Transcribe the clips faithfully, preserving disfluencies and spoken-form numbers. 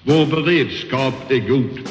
Vår beredskap är god.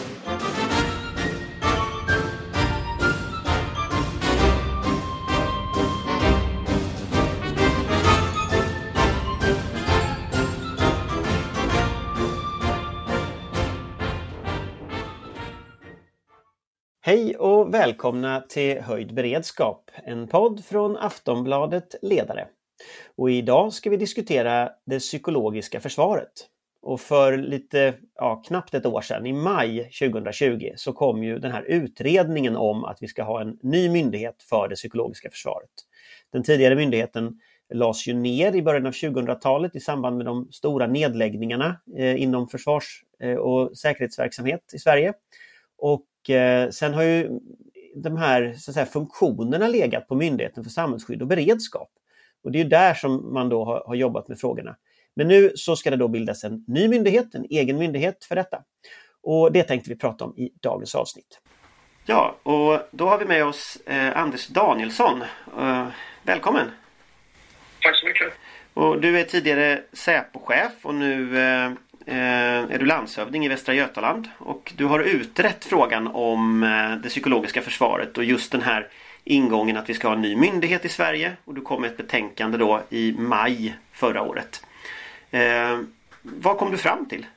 Hej och välkomna till Höjd beredskap, en podd från Aftonbladet Ledare. Och idag ska vi diskutera det psykologiska försvaret. Och för lite, ja, knappt ett år sedan, i maj tjugohundratjugo, så kom ju den här utredningen om att vi ska ha en ny myndighet för det psykologiska försvaret. Den tidigare myndigheten lades ju ner i början av tjugohundratalet i samband med de stora nedläggningarna eh, inom försvars- eh, och säkerhetsverksamhet i Sverige. Och eh, sen har ju de här, så att säga, funktionerna legat på Myndigheten för samhällsskydd och beredskap. Och det är ju där som man då har, har jobbat med frågorna. Men nu så ska det då bildas en ny myndighet, en egen myndighet för detta. Och det tänkte vi prata om i dagens avsnitt. Ja, och då har vi med oss eh, Anders Danielsson. Eh, välkommen! Tack så mycket! Och du är tidigare Säpo-chef och nu eh, är du landshövding i Västra Götaland. Och du har utrett frågan om eh, det psykologiska försvaret och just den här ingången att vi ska ha en ny myndighet i Sverige. Och du kom med ett betänkande då i maj förra året. Eh, vad kom du fram till?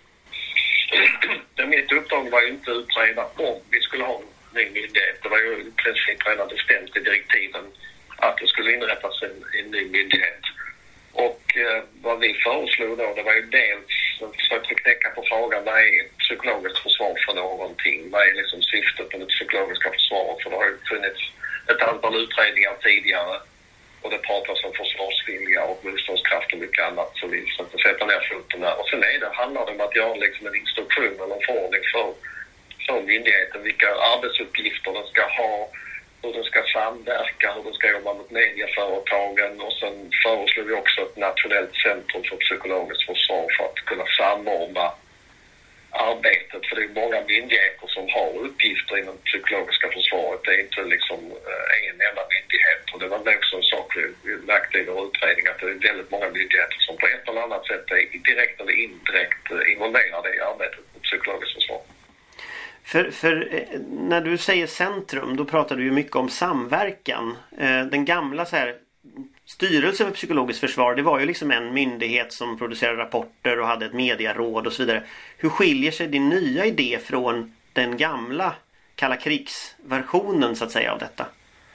Mitt uppdrag var ju inte att utreda om vi skulle ha en ny myndighet. Det var ju i princip redan bestämt i direktiven att det skulle inrättas en, en ny myndighet. Och eh, vad vi föreslog då, det var ju dels att försöka knäcka på frågan, vad är psykologiskt försvar för någonting? Vad är liksom syftet med det psykologiska försvaret? För det har ju funnits ett antal utredningar tidigare. Och det pratas om försvarsvilja och motståndskraft och mycket annat, så vi försöker sätta ner foten där. Och sen är det, handlar det om att göra liksom en instruktion eller en förordning för, för myndigheten, vilka arbetsuppgifter den ska ha, hur den ska samverka, hur den ska jobba mot medieföretagen. Och sen föreslår vi också ett nationellt centrum för psykologiskt försvar för att kunna samordna arbetet. För det är många myndigheter som har uppgifter inom psykologiska försvaret. Det är inte liksom en enda myndighet. Och det var också en sak vi märkte i vår utredning, att det är väldigt många myndigheter som på ett eller annat sätt är direkt eller indirekt involverade i arbetet med psykologiskt försvar. För, för när du säger centrum, då pratar du ju mycket om samverkan. Den gamla så här, styrelsen för psykologiskt försvar, det var ju liksom en myndighet som producerade rapporter och hade ett medieråd och så vidare. Hur skiljer sig din nya idé från den gamla kalla krigsversionen så att säga av detta?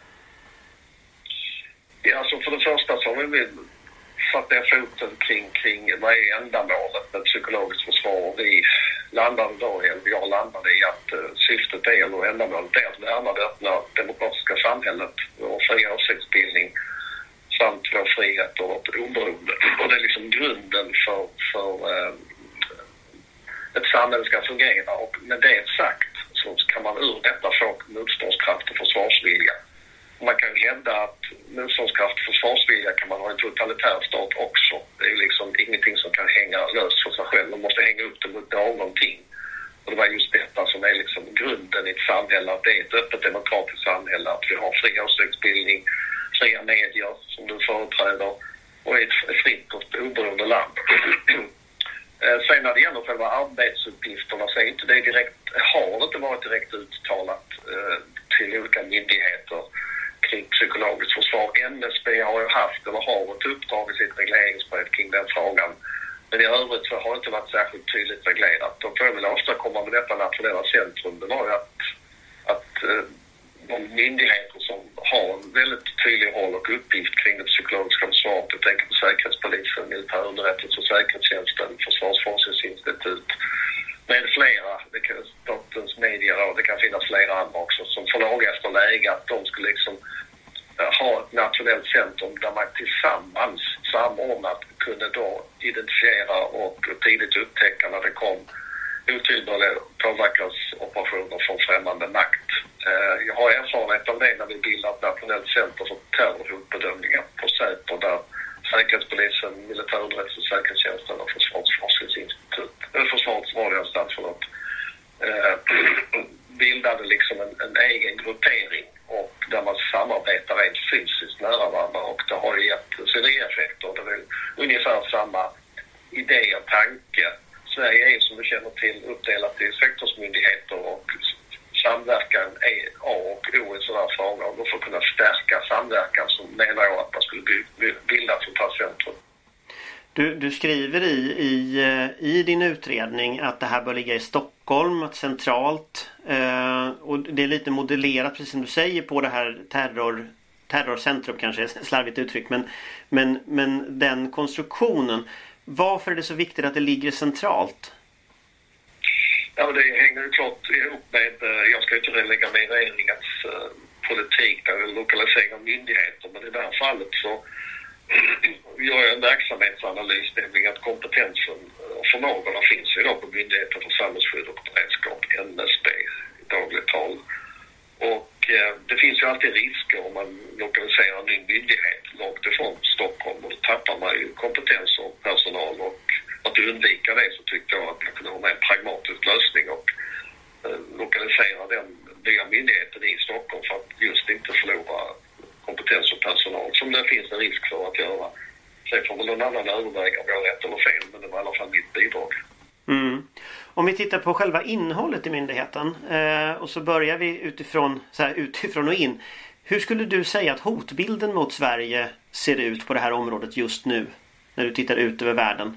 Ja, alltså för det första så har vi satt ner foten kring, kring vad är ändamålet med psykologiskt försvar. Vi landade då, eller jag landade i att uh, syftet är, eller ändamålet är att värna det öppna demokratiska samhället och fria åsiktsbildning samt vår frihet och vårt oberoende. Och det är liksom grunden för, för uh, ett samhälle ska fungera. Och med det sagt så kan man ur detta få motståndskraft och försvarsvilja. Man kan hävda att motståndskraft och försvarsvilja kan man ha en totalitär stat också. Det är ju liksom ingenting som kan hänga löst för sig själv. Man måste hänga upp det mot någonting. Och det var just detta som är liksom grunden i ett samhälle. Att det är ett öppet demokratiskt samhälle. Att vi har fri åsiktsbildning, fria medier som du företräder och ett fritt och oberoende land. Sen när det gäller själva arbetsuppgifterna så är inte det direkt, har det inte varit direkt uttalat till olika myndigheter kring psykologiskt försvar. N S B har ju haft eller har ett uppdrag i sitt regleringsbrev kring den frågan. Men i övrigt så har det inte varit särskilt tydligt reglerat. De får väl åstadkomma med detta nationella centrum. Det var ju att, att eh, de myndigheter som har en väldigt tydlig roll och uppgift kring det psykologiska försvaret, jag tänker på Säkerhetspolisen, militärunderrättelse och säkerhetstjänsten, Försvarsforskningsinstitut med flera, det kan, statens medier och det kan finnas flera andra också, som får laga efter läge att de skulle liksom ha ett nationellt centrum där man tillsammans samordnat kunde då identifiera och tidigt upptäcka när det kom otillbörliga påverkansoperationer från främmande makt. Jag har erfarenhet av det när vi bildade ett nationellt center för terrorhotbedömningar på Säpo, där Säkerhetspolisen, militärunderrättelse, säkerhetstjänsten och Försvarsforskningsinstitut, eller Försvarets radioanstalt förlåt, bildade liksom en, en egen gruppering och där man samarbetar rent fysiskt nära varandra, och det har ju gett synergieffekter. Det är väl ungefär samma idé och tanke Sverige är som du känner till uppdelat i sektorsmyndigheter och samverkan är A och O i sådana här frågor. Och för att kunna stärka samverkan så menar jag att man skulle bilda ett sånt här centrum. Du, du skriver i, i, i din utredning att det här bör ligga i Stockholm, centralt. Eh, och det är lite modellerat, precis som du säger, på det här terror, terrorcentrum, kanske är slarvigt uttryck. Men, men, men den konstruktionen, varför är det så viktigt att det ligger centralt? Ja, men det hänger ju klart ihop med, jag ska inte lägga med regeringens uh, politik där det lokalisering av myndigheter, men i det här fallet så gör jag en verksamhetsanalys, nämligen att kompetensen och förmågorna finns idag på Myndigheten för samhällsskydd och beredskap, N S B i dagligt tal. Och eh, det finns ju alltid risker om man lokaliserar en ny myndighet långt ifrån Stockholm, och då tappar man ju kompetens och personal, och att undvika det så tyckte jag att man kunde ha med en pragmatisk lösning och eh, lokalisera den nya myndigheten i Stockholm för att just inte förlora kompetens och personal som det finns en risk för att göra. Sen får väl någon annan överväga om jag har rätt eller fel, men det var i alla fall mitt bidrag. Mm. Om vi tittar på själva innehållet i myndigheten eh, och så börjar vi utifrån, så här, utifrån och in. Hur skulle du säga att hotbilden mot Sverige ser ut på det här området just nu när du tittar ut över världen?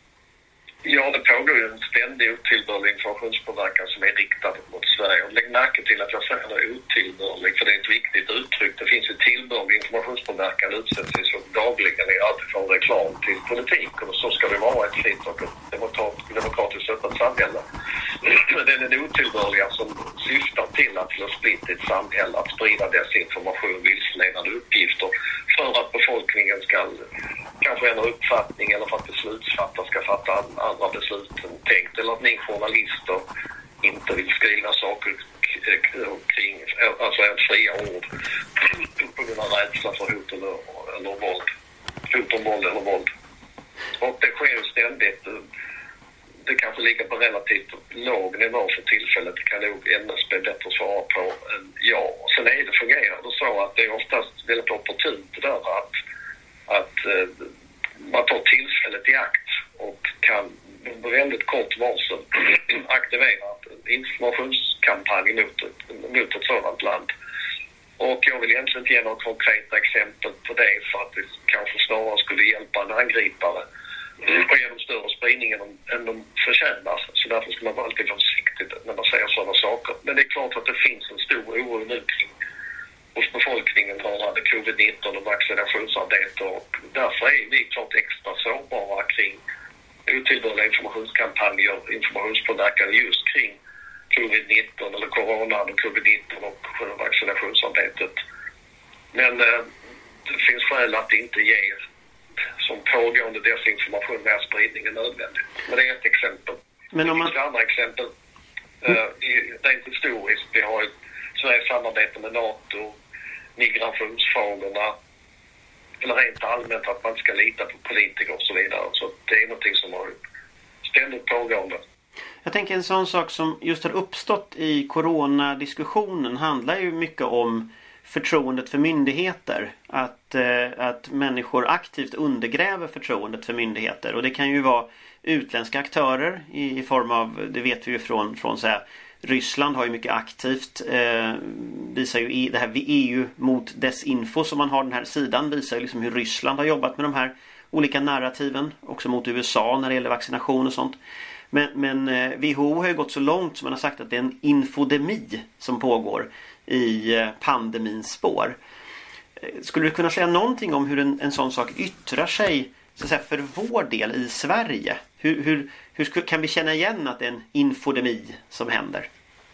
Ja, det pågår ju en ständig otillbörlig informationspåverkan som är riktad mot Sverige. Och lägg märke till att jag säger det otillbörlig, för det är ett viktigt uttryck. Det finns ju tillbörlig informationspåverkan utsätts i så dagligen i allt från reklam till politik. Och så ska det vara ett fritt och ett demokratiskt öppet samhälle. Men det är den otillbörliga som syftar till att till splitta ett samhälle, att sprida desinformation, vilseledande uppgifter för att befolkningen ska kanske ändra uppfattning eller för att beslutsfattare ska fatta andra beslut än tänkt, eller att ni journalister inte vill skriva saker kring, alltså ett fria ord på grund av rädsla för hot eller, eller våld. Hot om våld eller våld. Och det sker ju ständigt. Det kanske ligger på relativt låg nivå för tillfället. Det kan nog N S B bättre svara på än jag. Sen är det fungerar det så att det är oftast väldigt opportunt det där att, att eh, man tar tillfället i akt och kan med väldigt kort varsel aktivera en informationskampanj mot ett, mot ett sådant land. Och jag vill egentligen inte ge några konkreta exempel på det för att det kanske snarare skulle hjälpa en angripare och genom större spridning än de, än de förtjänar. Så därför ska man vara alltid försiktig när man säger sådana saker. Men det är klart att det finns en stor oro nu kring hos befolkningen rörande covid nitton och vaccinationsarbete, och därför är vi klart extra sårbara kring otillbörliga informationskampanjer, informationspåverkan just kring covid nitton eller corona och covid nitton och vaccinationsarbetet. Men eh, det finns skäl att inte ge som pågående desinformation med spridning är nödvändigt. Men det är ett exempel. Men om man... Det finns andra exempel. Mm. Uh, det är inte historiskt. Vi har ett Sveriges samarbete med NATO, migrationsfrågorna, eller rent allmänt att man ska lita på politiker och så vidare. Så det är någonting som har ständigt pågående. Jag tänker en sån sak som just har uppstått i coronadiskussionen handlar ju mycket om förtroendet för myndigheter. Att, eh, att människor aktivt undergräver förtroendet för myndigheter. Och det kan ju vara utländska aktörer i, i form av, det vet vi ju från, från så här, Ryssland har ju mycket aktivt eh, visar ju i det här E U mot desinfo som man har, den här sidan visar ju liksom hur Ryssland har jobbat med de här olika narrativen, också mot U S A när det gäller vaccination och sånt. Men, men eh, W H O har ju gått så långt som man har sagt att det är en infodemi som pågår i eh, pandemins spår. Eh, skulle du kunna säga någonting om hur en, en sån sak yttrar sig så att säga, för vår del i Sverige? Hur, hur, hur ska, kan vi känna igen att det är en infodemi som händer?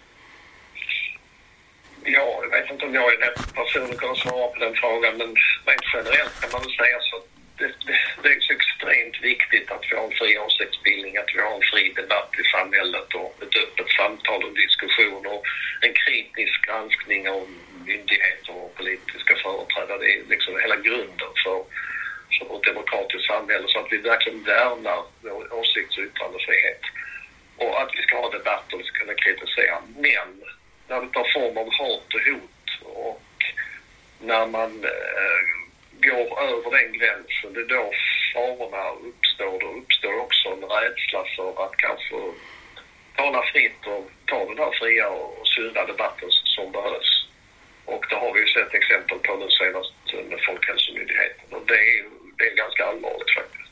Ja, jag vet inte om jag är rätt person att kunna svara på den frågan, men rent generellt kan man väl säga så att det, det, det är så extremt viktigt att vi har en fri åsiktsbildning, att vi har en fri debatt i samhället och ett öppet samtal och diskussion och en kritisk granskning av myndigheter och politiska företrädare. Det är liksom hela grunden för, för vårt demokratiska samhälle, så att vi verkligen värnar vår åsikts- och yttrandefrihet. Och att vi ska ha debatt och vi ska kunna kritisera. Men när det tar form av hat och hot och när man eh, går över den gränsen, det då farorna uppstår, då uppstår också en rädsla för att kanske tala fritt och ta den här fria och sunda debatten som behövs. Och det har vi ju sett exempel på nu senast med Folkhälsomyndigheten. Och det är, det är ganska allvarligt faktiskt.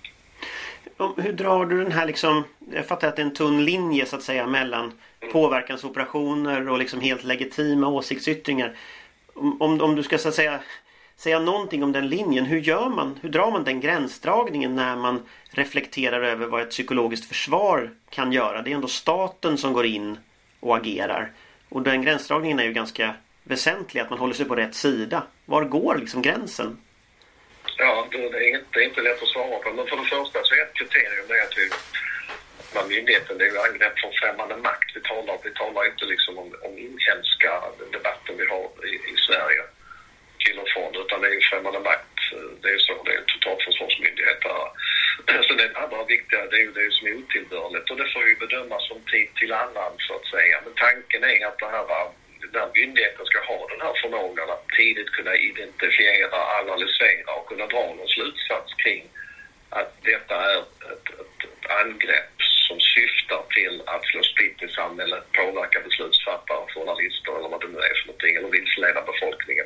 Hur drar du den här liksom, jag fattar att det är en tunn linje så att säga mellan mm. påverkansoperationer och liksom helt legitima åsiktsyttringar. Om, om, om du ska så att säga säga någonting om den linjen, hur gör man, hur drar man den gränsdragningen när man reflekterar över vad ett psykologiskt försvar kan göra? Det är ändå staten som går in och agerar. Och den gränsdragningen är ju ganska väsentlig, att man håller sig på rätt sida. Var går liksom gränsen? Ja, det är inte, det är inte lätt att svara på. Men för det första så är ett kriterium det att man myndigheten, det är ju angrepp från främmande makt. Vi talar, vi talar inte liksom om, om inhemska debatten vi har i, i Sverige till och från, utan det är ju främmande makt. Det är så, det är en totalförsvarsmyndighet där. Så det andra viktiga, det är ju det som är otillbörligt och det får ju bedömas från tid till annan så att säga. Men tanken är att det här var där myndigheten ska ha den här förmågan att tidigt kunna identifiera, analysera och kunna dra någon slutsats kring att detta är ett, ett, ett angrepp som syftar till att slå splitt i samhället, påverka beslutsfattare, journalister eller vad det nu är för någonting, eller vilseleda befolkningen.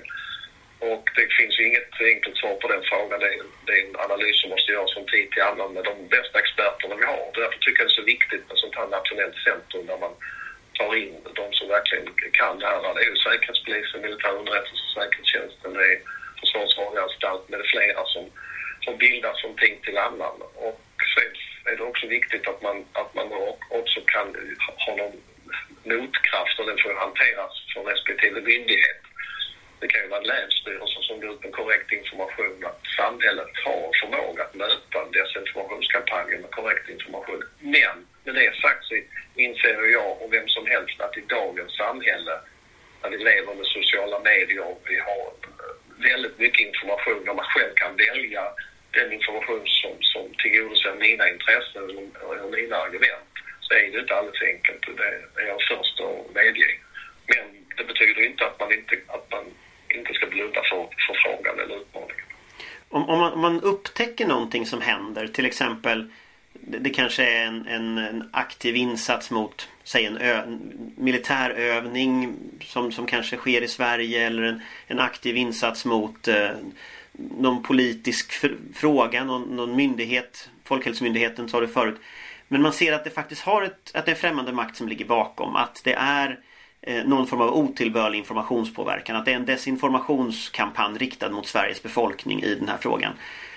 Och det finns ju inget enkelt svar på den frågan. Det är, det är en analys som måste göras från tid till annan med de bästa experterna vi har. Därför tycker jag det är så viktigt med sånt här nationellt centrum där man tar in de som verkligen kan det här. Det är ju Säkerhetspolisen, militär underrättelse, säkerhetstjänsten, det är Försvarsradioanstalt med det flera som, som bildas från tid till annan. Och sen är det också viktigt att man, att man också kan ha någon motkraft och den får hanteras från respektive myndighet. Det kan ju vara en länsstyrelse som går ut med korrekt information, att samhället har förmåga att möta desinformationskampanjen med korrekt information. Men med det sagt så inser jag och vem som helst att i dagens samhälle, när vi lever med sociala medier, vi har väldigt mycket information där man själv kan välja den information som, som tillgodoser mina intressen eller mina argument, så är det inte alldeles enkelt. Det är jag först att medge. Men det betyder inte att man inte, att man inte ska blunda för, för frågan eller utmaningen. Om, om, man, om man upptäcker någonting som händer, till exempel det, det kanske är en, en, en aktiv insats mot, säg en, ö, en militärövning som, som kanske sker i Sverige, eller en, en aktiv insats mot eh, någon politisk för, fråga, någon, någon myndighet, Folkhälsomyndigheten sa det förut. Men man ser att det faktiskt har ett, att det är främmande makt som ligger bakom, att det är någon form av otillbörlig informationspåverkan, att det är en desinformationskampanj riktad mot Sveriges befolkning i den här frågan.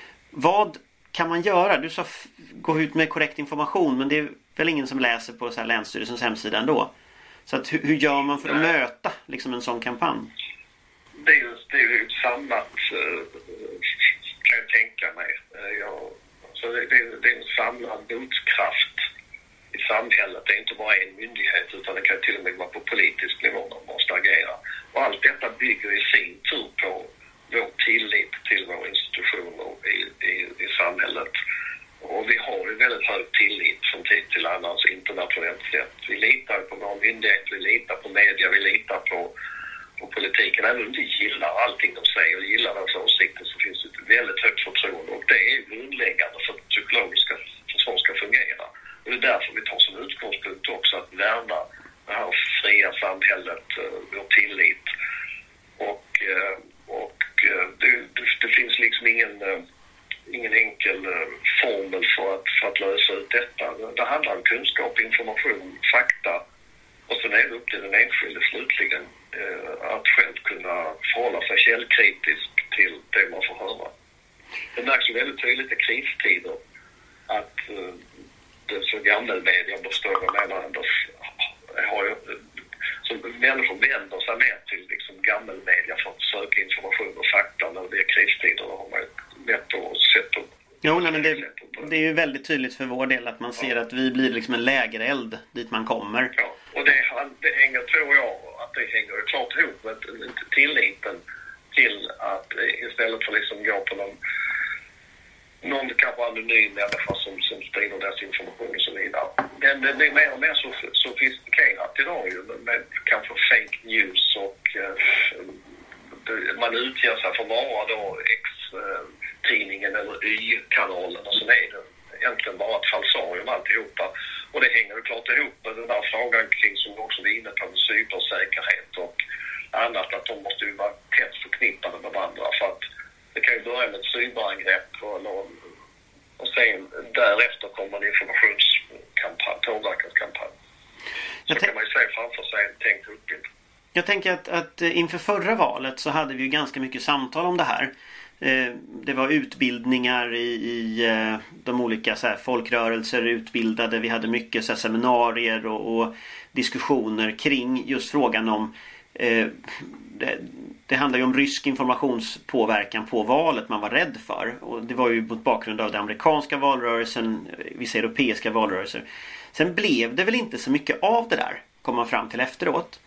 Vad kan man göra? Du sa f- gå ut med korrekt information, men det är väl ingen som läser på så här Länsstyrelsens hemsida ändå. Så att, hur, hur gör man för att Nej. möta liksom en sån kampanj? Det är ju, det är ju ett samlat, kan jag tänka mig. Jag, så det, det, det är en samlad motkraft i samhället. Det är inte bara en myndighet, utan det kan till och med vara på politisk nivå man måste agera. Och allt detta bygger i sin tur på vår tillit till våra institutioner i, i, i samhället. Och vi har ju väldigt hög tillit från tid till annan internationellt sett. Vi litar på våra myndigheter, vi litar på media, vi litar på, på politiken. Även om vi gillar allting de säger och gillar deras åsikter, så finns det ett väldigt högt förtroende. Och det är grundläggande för att psykologiska försvar ska fungera. Och det är därför vi tar som utgångspunkt också att värna det här fria samhället, vår tillit. Och, och det, det, det finns liksom ingen, ingen enkel formel för att, för att lösa ut detta. Det handlar om kunskap, information, fakta. Och sen är det upp till den enskilde slutligen att själv kunna förhålla sig källkritisk till det man får höra. Det märks ju väldigt tydligt i kristider att det så gamla media består av menar Anders har ju, så människor vänder sig mer till liksom gammelmedia för att söka information och fakta när det är kristider. Då har man lätt att sätta. Jo, nej, men det, det är ju väldigt tydligt för vår del att man ser ja. att vi blir liksom en lägereld dit man kommer. Ja, och det, det hänger, tror jag, att det hänger klart ihop med tilliten till att istället för liksom gå på någon någon kanske anonym människa som, som sprider desinformation och så vidare. Det, det blir mer och mer så sofistikerat idag ju, med kanske fake news och eh, det, man utger sig för att vara då ex eh, Y-tidningen eller Y-kanalen och sen är det egentligen bara ett falsarium alltihopa. Och det hänger ju klart ihop med den där frågan kring som vi också var inne på med cybersäkerhet och annat, att de måste ju vara tätt förknippade med varandra för att det kan ju börja med ett cyberangrepp och, och sen därefter kommer en informationskampanj, påverkanskampanj. Så tänk... kan man ju se framför sig en tänkt uppbild. Jag tänker att, att inför förra valet så hade vi ju ganska mycket samtal om det här. Det var utbildningar i, i de olika så här, folkrörelser utbildade. Vi hade mycket så här, seminarier och, och diskussioner kring just frågan om eh, det, det handlar ju om rysk informationspåverkan på valet man var rädd för. Och det var ju mot bakgrund av den amerikanska valrörelsen, vissa europeiska valrörelser. Sen blev det väl inte så mycket av det där, kom man fram till efteråt.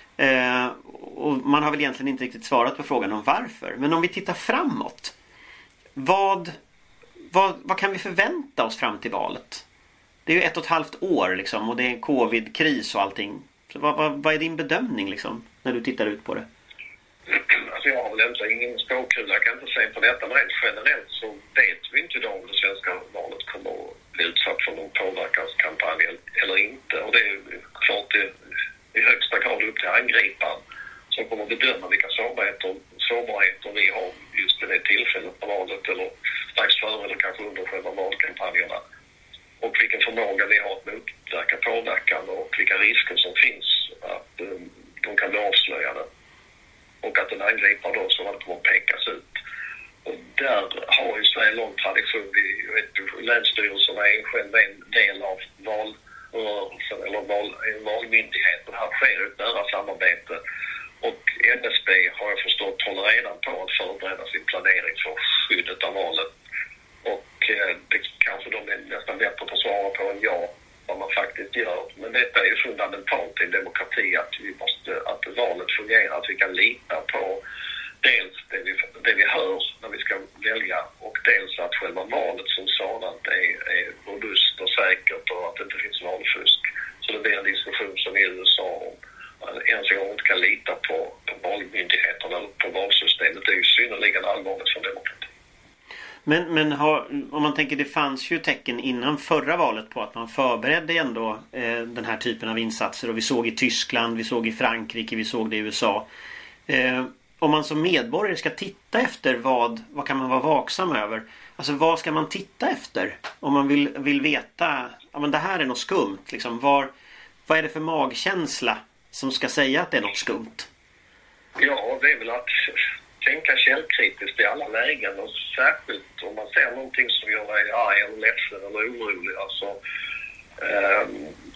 Eh, och man har väl egentligen inte riktigt svarat på frågan om varför. Men om vi tittar framåt, vad, vad, vad kan vi förvänta oss fram till valet? Det är ju ett och ett halvt år liksom, och det är en covid-kris och allting. Så vad, vad, vad är din bedömning liksom, när du tittar ut på det? Alltså jag har väl inte ingen spåkula, jag kan inte säga på detta, men rent generellt så vet vi inte idag om det svenska valet kommer att bli utsatt för någon påverkanskampanj eller inte. Och det är klart det i högsta grad upp till angriparen som kommer att bedöma vilka sårbarheter, sårbarheter vi har just vid det tillfället på valet eller strax före eller kanske under själva valkampanjerna. Och vilken förmåga vi har att motverka påverkan och vilka risker som finns att um, de kan bli avslöjade. Och att en angripare då så att kommer att pekas ut. Och där har ju Sverige en lång tradition. Vi vet, länsstyrelserna är själva en del av valrörelsen eller val, en valmyndighet. Och här sker ett nära samarbete. Och N S B har jag förstått håller redan på att förbereda sin planering för skyddet av valet. Och eh, det kanske de är nästan bättre på att svara på än jag vad man faktiskt gör. Men detta är ju fundamentalt i en demokrati att vi måste, att valet fungerar, att vi kan lita på dels det vi, det vi hör när vi ska välja och dels att själva valet som sådant är, är robust och säkert och att det inte finns valfusk. Så det blir en diskussion som i U S A om ens en gång inte kan lita på, på valmyndigheterna eller på valsystemet. Det är ju synnerligen allvarligt för demokrati. Men, men har, om man tänker, det fanns ju tecken innan förra valet på att man förberedde ändå eh, den här typen av insatser. Och vi såg i Tyskland, vi såg i Frankrike, vi såg det i U S A. Eh, om man som medborgare ska titta efter vad, vad kan man vara vaksam över? Alltså vad ska man titta efter? Om man vill, vill veta, ja men det här är något skumt. Liksom, var, vad är det för magkänsla som ska säga att det är något skumt? Ja, det är väl att tänka källkritiskt i alla lägen och särskilt om man ser någonting som gör dig arg eller ledsen eller orolig. Alltså, eh,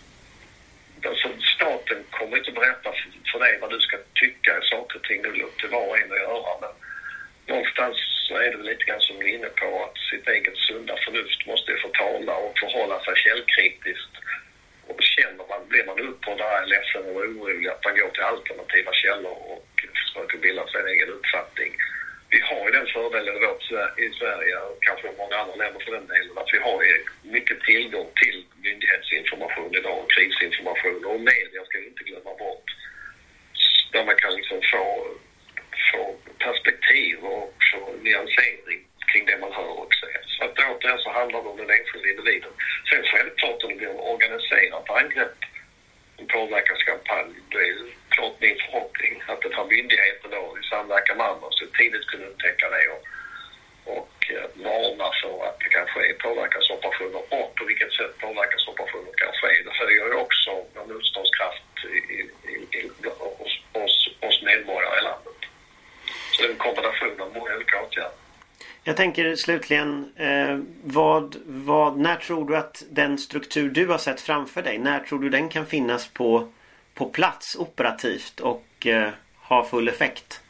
alltså staten kommer inte berätta för, för dig vad du ska tycka i saker och ting. Det är upp till var och en att göra. Men någonstans så är det väl lite grann som vi är inne på att sitt eget sunda förnuft måste få tala och förhålla sig källkritiskt. Och känner man, blir man upp på det här ledsen eller orolig att man går till alternativa källor och försöker bilda sig en egen uppfattning. Vi har ju den fördelen i Sverige och kanske många andra länder för den delen att vi har ju mycket tillgång till myndighetsinformation idag och krisinformation och media ska vi inte glömma bort. Där man kan liksom få, få perspektiv och få nyansering kring det man hör och ser. Så att återigen så handlar det om den enskilda individen. Sen självklart om det blir en organiserat angrepp, en påverkanskampanj, det är klart min förhoppning att den här myndigheten då i samverkan med andra så tidigt kunna upptäcka det och, och eh, varna för att det kan ske påverkansoperationer och på vilket sätt påverkansoperationer kan ske. Det höjer ju också en motståndskraft i, i, i, hos, hos, hos medborgare i landet. Så det är en kombination av många olika åtgärder. Jag tänker slutligen, eh, vad, vad, när tror du att den struktur du har sett framför dig, när tror du den kan finnas på, på plats operativt och eh, ha full effekt?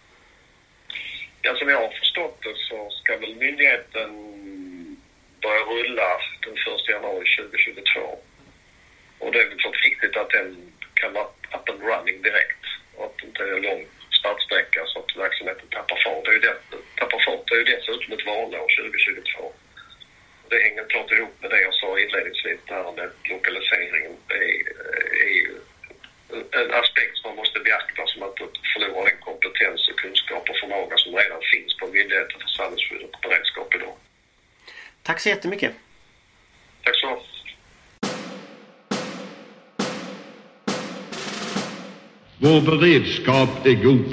Ja, som jag har förstått det så ska väl myndigheten börja rulla den första januari tjugohundratjugotvå. Och det är väl så viktigt att den kan vara up and running direkt och att det inte är lång startsträcka så att verksamheten tappar fart. Det är ju, det, tappar fart. Det är ju dessutom ett valår tjugohundratjugotvå. Det hänger klart ihop med det jag sa inledningsvis där med lokaliseringen är, är ju en aspekt som man måste beakta, som att inte förlora den kompetens och kunskap och förmåga som redan finns på Myndigheten för samhällsskydd och beredskap idag. Tack så jättemycket. Tack så. Vår beredskap är god.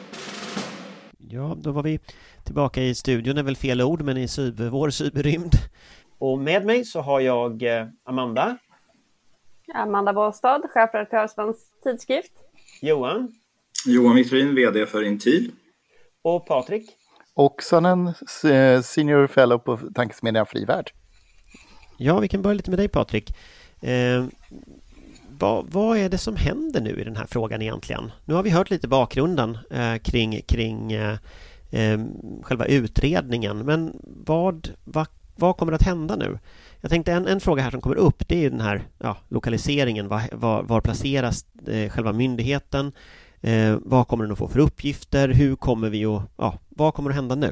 Ja, då var vi tillbaka i studion, är väl fel ord, men i cyber, vår cyberrymd. Och med mig så har jag eh, Amanda. Amanda Båstad, chefredaktör Svensk Tidskrift. Johan. Johan Vittorin, vd för Intil. Och Patrik. Oksanen, senior fellow på tankesmedjan Frivärd. Ja, vi kan börja lite med dig, Patrik. Eh, vad, vad är det som händer nu i den här frågan egentligen? Nu har vi hört lite bakgrunden eh, kring, kring eh, eh, själva utredningen. Men vad, vad, vad kommer att hända nu? Jag tänkte en, en fråga här som kommer upp, det är den här ja, lokaliseringen. Var, var, var placeras eh, själva myndigheten? Eh, vad kommer den att få för uppgifter? Hur kommer vi att, ja, vad kommer att hända nu?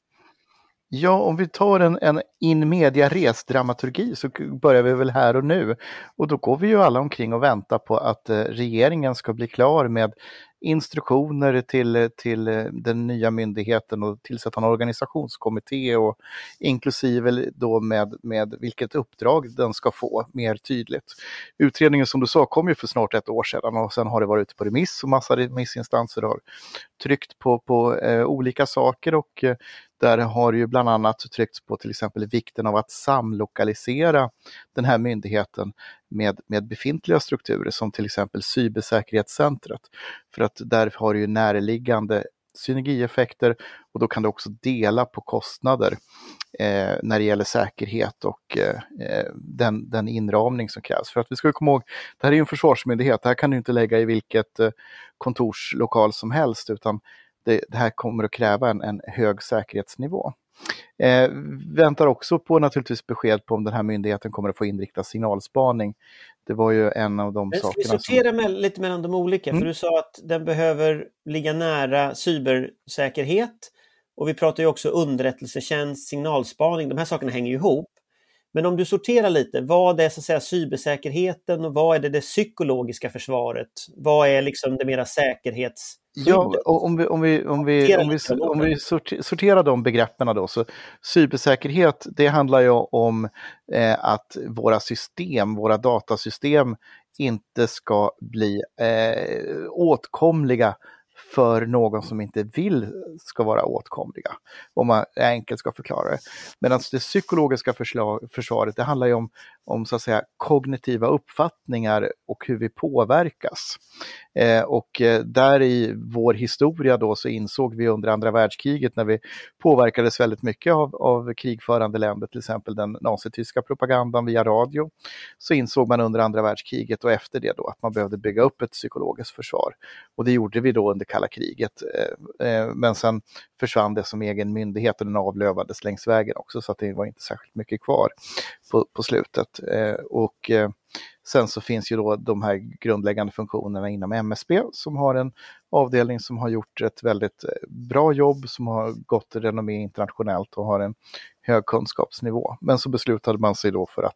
Ja, om vi tar en, en in media res dramaturgi så börjar vi väl här och nu. Och då går vi ju alla omkring och väntar på att eh, regeringen ska bli klar med instruktioner till, till den nya myndigheten och tillsätta en organisationskommitté och inklusive då med, med vilket uppdrag den ska få mer tydligt. Utredningen som du sa kom ju för snart ett år sedan och sen har det varit ute på remiss och massa remissinstanser har tryckt på, på eh, olika saker och eh, där har ju bland annat tryckts på till exempel vikten av att samlokalisera den här myndigheten med, med befintliga strukturer som till exempel cybersäkerhetscentret. För att där har du ju närliggande synergieffekter och då kan du också dela på kostnader eh, när det gäller säkerhet och eh, den, den inramning som krävs. För att vi ska komma ihåg, det här är ju en försvarsmyndighet, det här kan du inte lägga i vilket eh, kontorslokal som helst utan Det, det här kommer att kräva en, en hög säkerhetsnivå. Eh, väntar också på naturligtvis besked på om den här myndigheten kommer att få inrikta signalspaning. Det var ju en av de Men sakerna. Vi sorterar som... med, lite mellan de olika. Mm. För du sa att den behöver ligga nära cybersäkerhet. Och vi pratar ju också underrättelsetjänst, signalspaning. De här sakerna hänger ju ihop. Men om du sorterar lite, vad är så att säga cybersäkerheten och vad är det, det psykologiska försvaret? Vad är liksom det mera säkerhets... Ja, och om vi, om vi, om vi, om vi, om vi sorterar de begreppen då, så cybersäkerhet, det handlar ju om eh, att våra system, våra datasystem inte ska bli eh, åtkomliga för någon som inte vill ska vara åtkomliga, om man enkelt ska förklara det. Medan det psykologiska förslag, försvaret, det handlar ju om, om så att säga kognitiva uppfattningar och hur vi påverkas. Eh, och eh, där i vår historia då så insåg vi under andra världskriget när vi påverkades väldigt mycket av, av krigförande länder, till exempel den nazityska propagandan via radio, så insåg man under andra världskriget och efter det då att man behövde bygga upp ett psykologiskt försvar. Och det gjorde vi då under kalla kriget. Eh, eh, men sen försvann det som egen myndighet och den avlövades längs vägen också, så att det var inte särskilt mycket kvar på, på slutet. Eh, och eh, sen så finns ju då de här grundläggande funktionerna inom M S B som har en avdelning som har gjort ett väldigt bra jobb, som har gått renommé internationellt och har en hög kunskapsnivå. Men så beslutade man sig då för att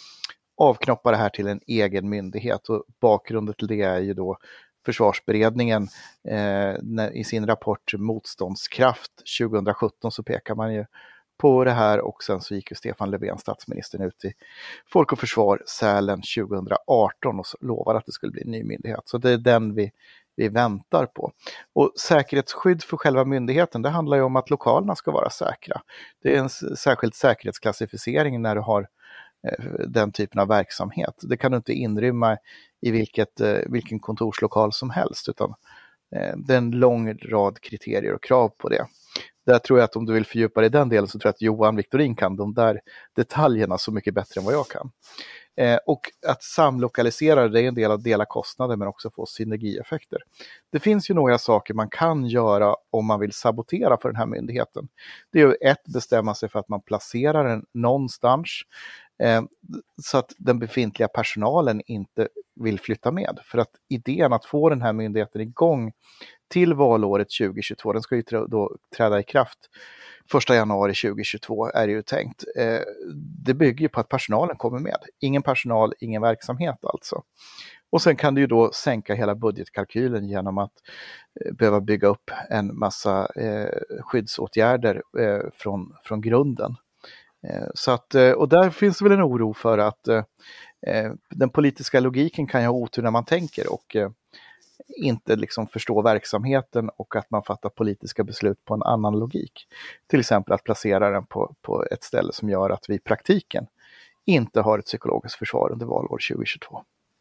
avknoppa det här till en egen myndighet, och bakgrunden till det är ju då Försvarsberedningen eh, när, i sin rapport Motståndskraft tjugohundrasjutton så pekar man ju på det här, och sen så gick ju Stefan Löfven, statsministern, ut i Folk och Försvar Sälen tjugohundraarton och lovade att det skulle bli en ny myndighet. Så det är den vi, vi väntar på. Och säkerhetsskydd för själva myndigheten, det handlar ju om att lokalerna ska vara säkra. Det är en särskild säkerhetsklassificering när du har eh, den typen av verksamhet. Det kan du inte inrymma i vilket, eh, vilken kontorslokal som helst, utan eh, det är en lång rad kriterier och krav på det. Där tror jag att om du vill fördjupa dig i den delen så tror jag att Johan Vittorin kan de där detaljerna så mycket bättre än vad jag kan. Eh, och att samlokalisera, det är en del att dela kostnader men också få synergieffekter. Det finns ju några saker man kan göra om man vill sabotera för den här myndigheten. Det är ju ett, bestämma sig för att man placerar den någonstans eh, så att den befintliga personalen inte vill flytta med. För att idén att få den här myndigheten igång till valåret tjugohundratjugotvå, den ska ju då träda i kraft första januari tjugohundratjugotvå är det ju tänkt. Det bygger ju på att personalen kommer med. Ingen personal, ingen verksamhet alltså. Och sen kan du ju då sänka hela budgetkalkylen genom att eh, behöva bygga upp en massa eh, skyddsåtgärder eh, från, från grunden. Eh, så att, eh, och där finns väl en oro för att eh, den politiska logiken kan ju ha otur när man tänker och eh, inte liksom förstå verksamheten och att man fattar politiska beslut på en annan logik. Till exempel att placera den på, på ett ställe som gör att vi i praktiken inte har ett psykologiskt försvar under valår tjugohundratjugotvå.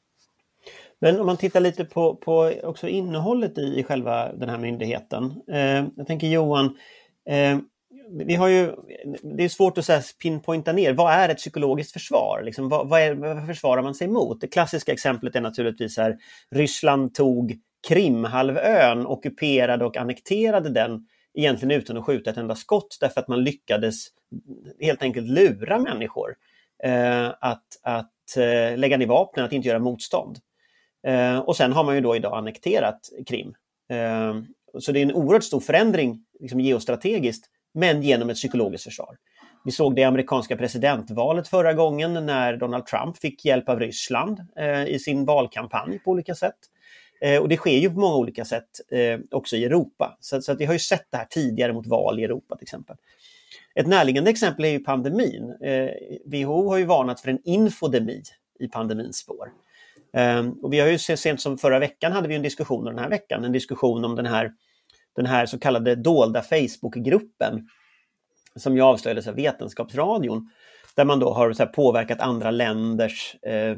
Men om man tittar lite på, på också innehållet i, i själva den här myndigheten. Eh, jag tänker Johan, eh, vi har ju, det är svårt att så här pinpointa ner, vad är ett psykologiskt försvar? Liksom, vad, vad, är, vad försvarar man sig mot? Det klassiska exemplet är naturligtvis här, Ryssland tog Krimhalvön, ockuperade och annekterade den egentligen utan att skjuta ett enda skott därför att man lyckades helt enkelt lura människor eh, att, att eh, lägga ner vapnen, att inte göra motstånd. Eh, och sen har man ju då idag annekterat Krim. Eh, så det är en oerhört stor förändring liksom geostrategiskt, men genom ett psykologiskt försvar. Vi såg det i amerikanska presidentvalet förra gången när Donald Trump fick hjälp av Ryssland eh, i sin valkampanj på olika sätt. Eh, och det sker ju på många olika sätt eh, också i Europa. Så, så att vi har ju sett det här tidigare mot val i Europa till exempel. Ett närliggande exempel är ju pandemin. Eh, W H O har ju varnat för en infodemi i pandemins spår. Eh, och vi har ju sent som förra veckan hade vi en diskussion, och den här veckan en diskussion om den här den här så kallade dolda Facebookgruppen som ju avslöjades av Vetenskapsradion, där man då har så här påverkat andra länders eh,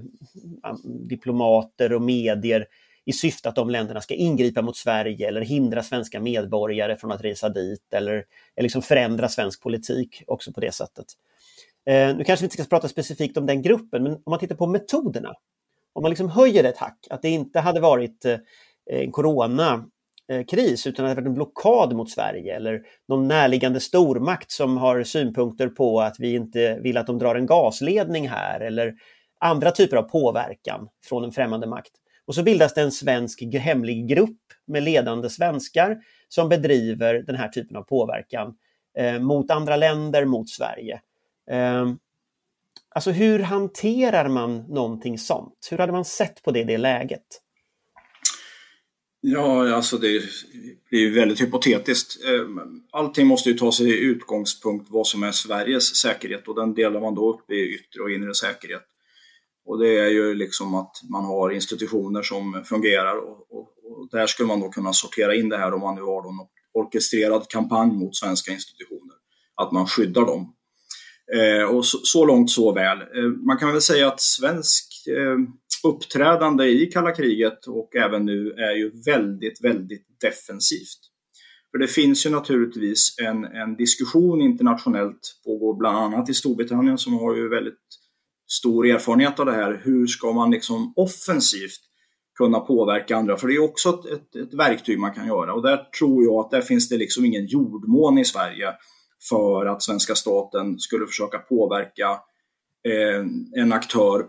diplomater och medier i syfte att de länderna ska ingripa mot Sverige eller hindra svenska medborgare från att resa dit eller, eller liksom förändra svensk politik också på det sättet. Eh, nu kanske vi inte ska prata specifikt om den gruppen, men om man tittar på metoderna, om man liksom höjer ett hack, att det inte hade varit eh, en corona kris utan att det varit en blockad mot Sverige eller någon närliggande stormakt som har synpunkter på att vi inte vill att de drar en gasledning här eller andra typer av påverkan från en främmande makt. Och så bildas det en svensk hemlig grupp med ledande svenskar som bedriver den här typen av påverkan eh, mot andra länder, mot Sverige. Eh, alltså hur hanterar man någonting sånt? Hur hade man sett på det i det läget? Ja, alltså det blir ju väldigt hypotetiskt. Allting måste ju ta sig i utgångspunkt vad som är Sveriges säkerhet, och den delar man då upp i yttre och inre säkerhet. Och det är ju liksom att man har institutioner som fungerar och, och, och där skulle man då kunna sortera in det här om man nu har någon orkestrerad kampanj mot svenska institutioner. Att man skyddar dem. Eh, och så, så långt så väl. Eh, man kan väl säga att svensk eh, uppträdande i kalla kriget och även nu är ju väldigt, väldigt defensivt. För det finns ju naturligtvis en, en diskussion internationellt, pågår bland annat i Storbritannien som har ju väldigt stor erfarenhet av det här. Hur ska man liksom offensivt kunna påverka andra? För det är också ett, ett, ett verktyg man kan göra. Och där tror jag att där finns det liksom ingen jordmån i Sverige för att svenska staten skulle försöka påverka eh, en aktör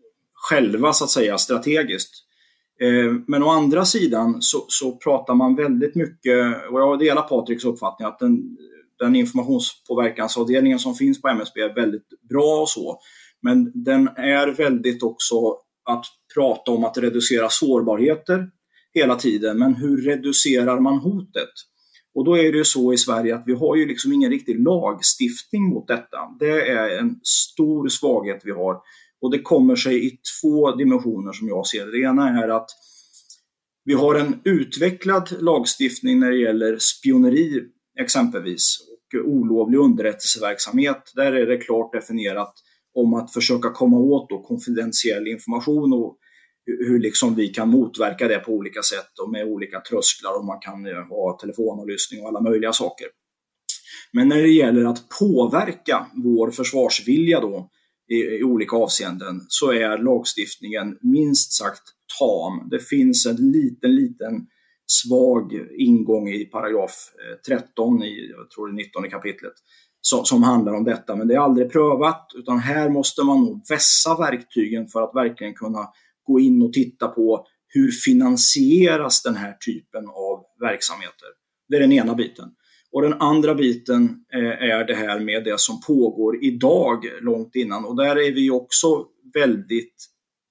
själva så att säga strategiskt. Eh, men å andra sidan så, så pratar man väldigt mycket, och jag delar Patriks uppfattning att den, den informationspåverkansavdelningen som finns på M S B är väldigt bra och så. Men den är väldigt också att prata om att reducera sårbarheter hela tiden. Men hur reducerar man hotet? Och då är det ju så i Sverige att vi har ju liksom ingen riktig lagstiftning mot detta. Det är en stor svaghet vi har. Och det kommer sig i två dimensioner som jag ser det. Det ena är att vi har en utvecklad lagstiftning när det gäller spioneri exempelvis och olovlig underrättelseverksamhet. Där är det klart definierat om att försöka komma åt då konfidentiell information och hur liksom vi kan motverka det på olika sätt och med olika trösklar, och man kan ha telefonavlyssning och alla möjliga saker. Men när det gäller att påverka vår försvarsvilja då i, i olika avseenden så är lagstiftningen minst sagt tam. Det finns en liten, liten svag ingång i paragraf tretton i, jag tror det nittonde kapitlet som, som handlar om detta, men det är aldrig prövat, utan här måste man nog vässa verktygen för att verkligen kunna gå in och titta på hur finansieras den här typen av verksamheter. Det är den ena biten. Och den andra biten är det här med det som pågår idag långt innan. Och där är vi också väldigt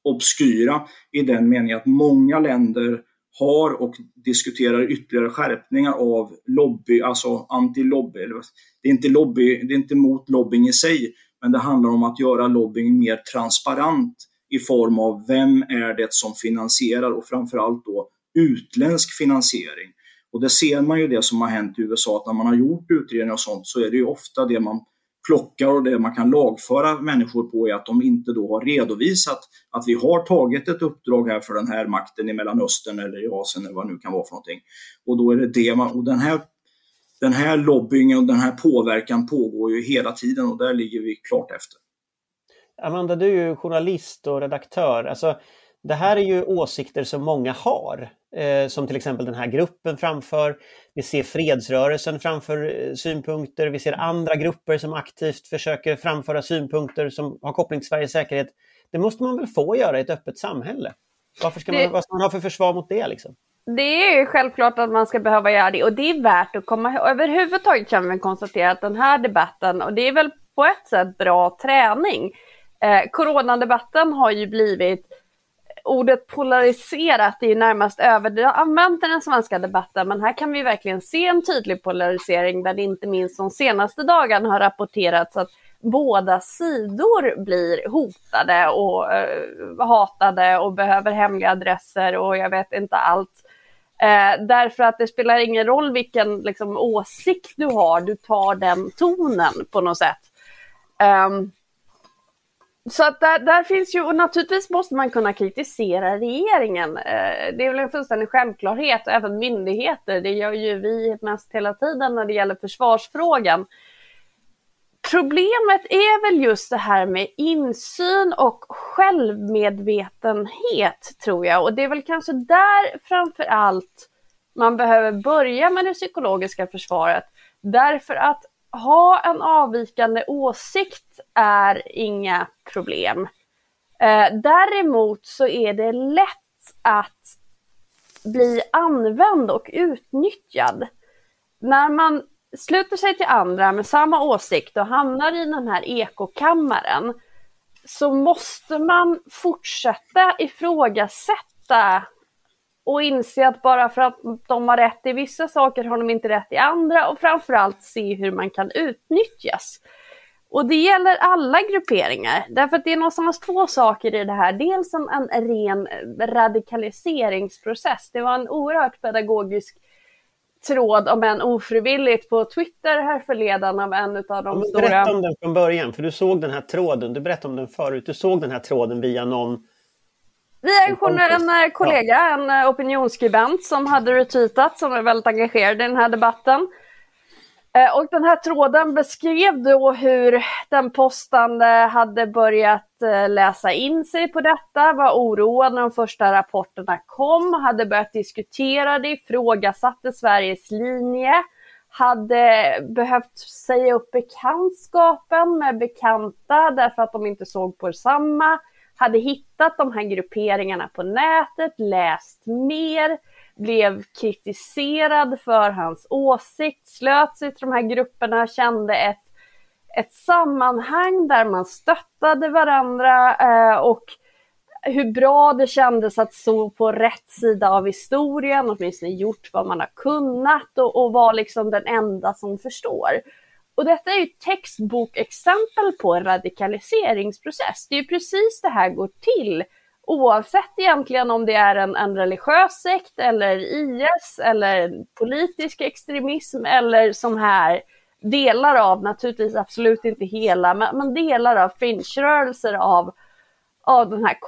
obskyra i den meningen att många länder har och diskuterar ytterligare skärpningar av lobby, alltså anti-lobby. Det är inte lobby, det är inte mot lobbying i sig, men det handlar om att göra lobbying mer transparent i form av vem är det som finansierar, och framförallt då utländsk finansiering. Och det ser man ju det som har hänt i U S A, att när man har gjort utredningar och sånt så är det ju ofta det man plockar och det man kan lagföra människor på är att de inte då har redovisat att vi har tagit ett uppdrag här för den här makten i Mellanöstern eller i Asien eller vad det nu kan vara för någonting. Och då är det det man, och den här, den här lobbyingen och den här påverkan pågår ju hela tiden, och där ligger vi klart efter. Amanda, du är ju journalist och redaktör. Alltså, det här är ju åsikter som många har, eh, som till exempel den här gruppen framför. Vi ser fredsrörelsen framför eh, synpunkter. Vi ser andra grupper som aktivt försöker framföra synpunkter som har koppling till Sveriges säkerhet. Det måste man väl få göra i ett öppet samhälle? Varför ska man, det, vad ska man ha för försvar mot det liksom? Det är ju självklart att man ska behöva göra det, och det är värt att komma ihåg. Överhuvudtaget kan vi konstatera att den här debatten, och det är väl på ett sätt bra träning. Eh, coronadebatten har ju blivit, ordet polariserat är ju närmast överanvänt i den svenska debatten, men här kan vi verkligen se en tydlig polarisering där det inte minst de senaste dagarna har rapporterats att båda sidor blir hotade och uh, hatade och behöver hemliga adresser och jag vet inte allt. Uh, därför att det spelar ingen roll vilken liksom, åsikt du har, du tar den tonen på något sätt. Um, Så att där, där finns ju, och naturligtvis måste man kunna kritisera regeringen. Eh, det är väl en fullständig självklarhet, och även myndigheter. Det gör ju vi mest hela tiden när det gäller försvarsfrågan. Problemet är väl just det här med insyn och självmedvetenhet, tror jag. Och det är väl kanske där framför allt man behöver börja med det psykologiska försvaret. Därför att ha en avvikande åsikt är inga problem. Eh, däremot så är det lätt att bli använd och utnyttjad. När man sluter sig till andra med samma åsikt och hamnar i den här ekokammaren, så måste man fortsätta ifrågasätta och inse att bara för att de har rätt i vissa saker har de inte rätt i andra, och framförallt se hur man kan utnyttjas. Och det gäller alla grupperingar, därför att det är någonstans två saker i det här. Dels en, en ren radikaliseringsprocess. Det var en oerhört pedagogisk tråd, om en ofrivilligt, på Twitter här förledan av en av de ja, stora... Berätta om den från början, för du såg den här tråden. Du berättade om den förut. Du såg den här tråden via någon... Vi är en, en kollega, en opinionsskribent som hade retweetat, som är väldigt engagerad i den här debatten. Och den här tråden beskrev då hur den postande hade börjat läsa in sig på detta, var oroad när de första rapporterna kom, hade börjat diskutera det, ifrågasatte Sveriges linje, hade behövt säga upp bekantskapen med bekanta därför att de inte såg på samma, hade hittat de här grupperingarna på nätet, läst mer, blev kritiserad för hans åsikt, slöt sig till de här grupperna, kände ett, ett sammanhang där man stöttade varandra eh, och hur bra det kändes att stå på rätt sida av historien, åtminstone gjort vad man har kunnat och, och var liksom den enda som förstår. Och detta är ju ett textbokexempel på en radikaliseringsprocess. Det är ju precis det här går till. Oavsett egentligen om det är en, en religiös sekt eller I S eller politisk extremism eller som här delar av, naturligtvis absolut inte hela, men, men delar av fringe-rörelser av, av den här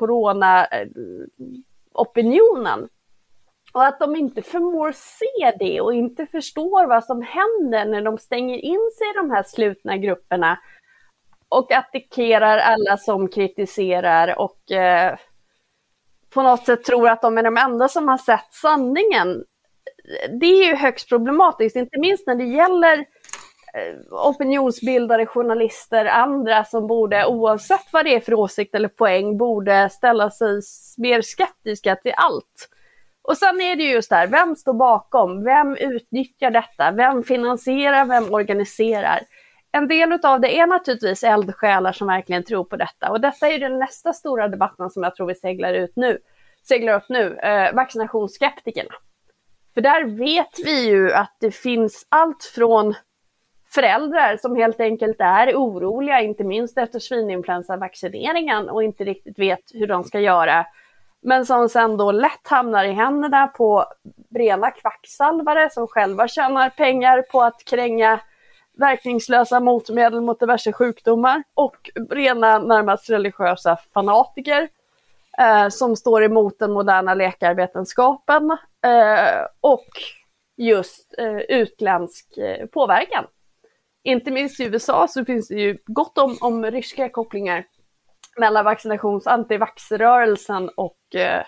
corona-opinionen. Och att de inte förmår se det och inte förstår vad som händer när de stänger in sig i de här slutna grupperna och attackerar alla som kritiserar och eh, på något sätt tror att de är de enda som har sett sanningen. Det är ju högst problematiskt, inte minst när det gäller eh, opinionsbildare, journalister, andra som borde, oavsett vad det är för åsikt eller poäng, borde ställa sig mer skeptiska till allt. Och sen är det just där, vem står bakom? Vem utnyttjar detta? Vem finansierar? Vem organiserar? en del av det är naturligtvis eldsjälar som verkligen tror på detta. Och detta är den nästa stora debatten som jag tror vi seglar ut nu. Seglar upp nu. Eh, vaccinationsskeptikerna. För där vet vi ju att det finns allt från föräldrar som helt enkelt är oroliga, inte minst efter svininfluensavaccineringen och inte riktigt vet hur de ska göra. Men som sen då lätt hamnar i händerna på rena kvacksalvare som själva tjänar pengar på att kränga verkningslösa motmedel mot diverse sjukdomar och rena närmast religiösa fanatiker eh, som står emot den moderna läkarvetenskapen eh, och just eh, utländsk eh, påverkan. Inte minst i U S A så finns det ju gott om, om ryska kopplingar mellan vaccinations- antivaxrörelsen och eh,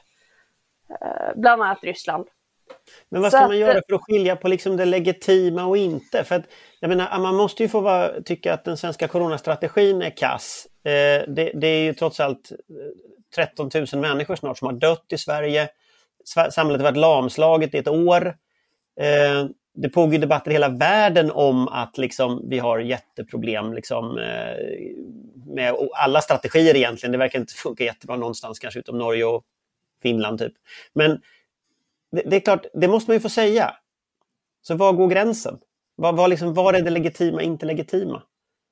bland annat Ryssland. Men vad ska man göra för att skilja på liksom det legitima och inte? För att, jag menar, man måste ju få vara, tycka att den svenska coronastrategin är kass. Eh, det, det är ju trots allt tretton tusen människor snart som har dött i Sverige. Samhället har varit lamslaget i ett år. Eh, det pågår debatter i hela världen om att liksom, vi har jätteproblem liksom, eh, med alla strategier egentligen. Det verkar inte funka jättebra någonstans, kanske utom Norge och Finland typ. Men det, det är klart, det måste man ju få säga. Så var går gränsen? Var, var, liksom, var är det legitima, inte legitima?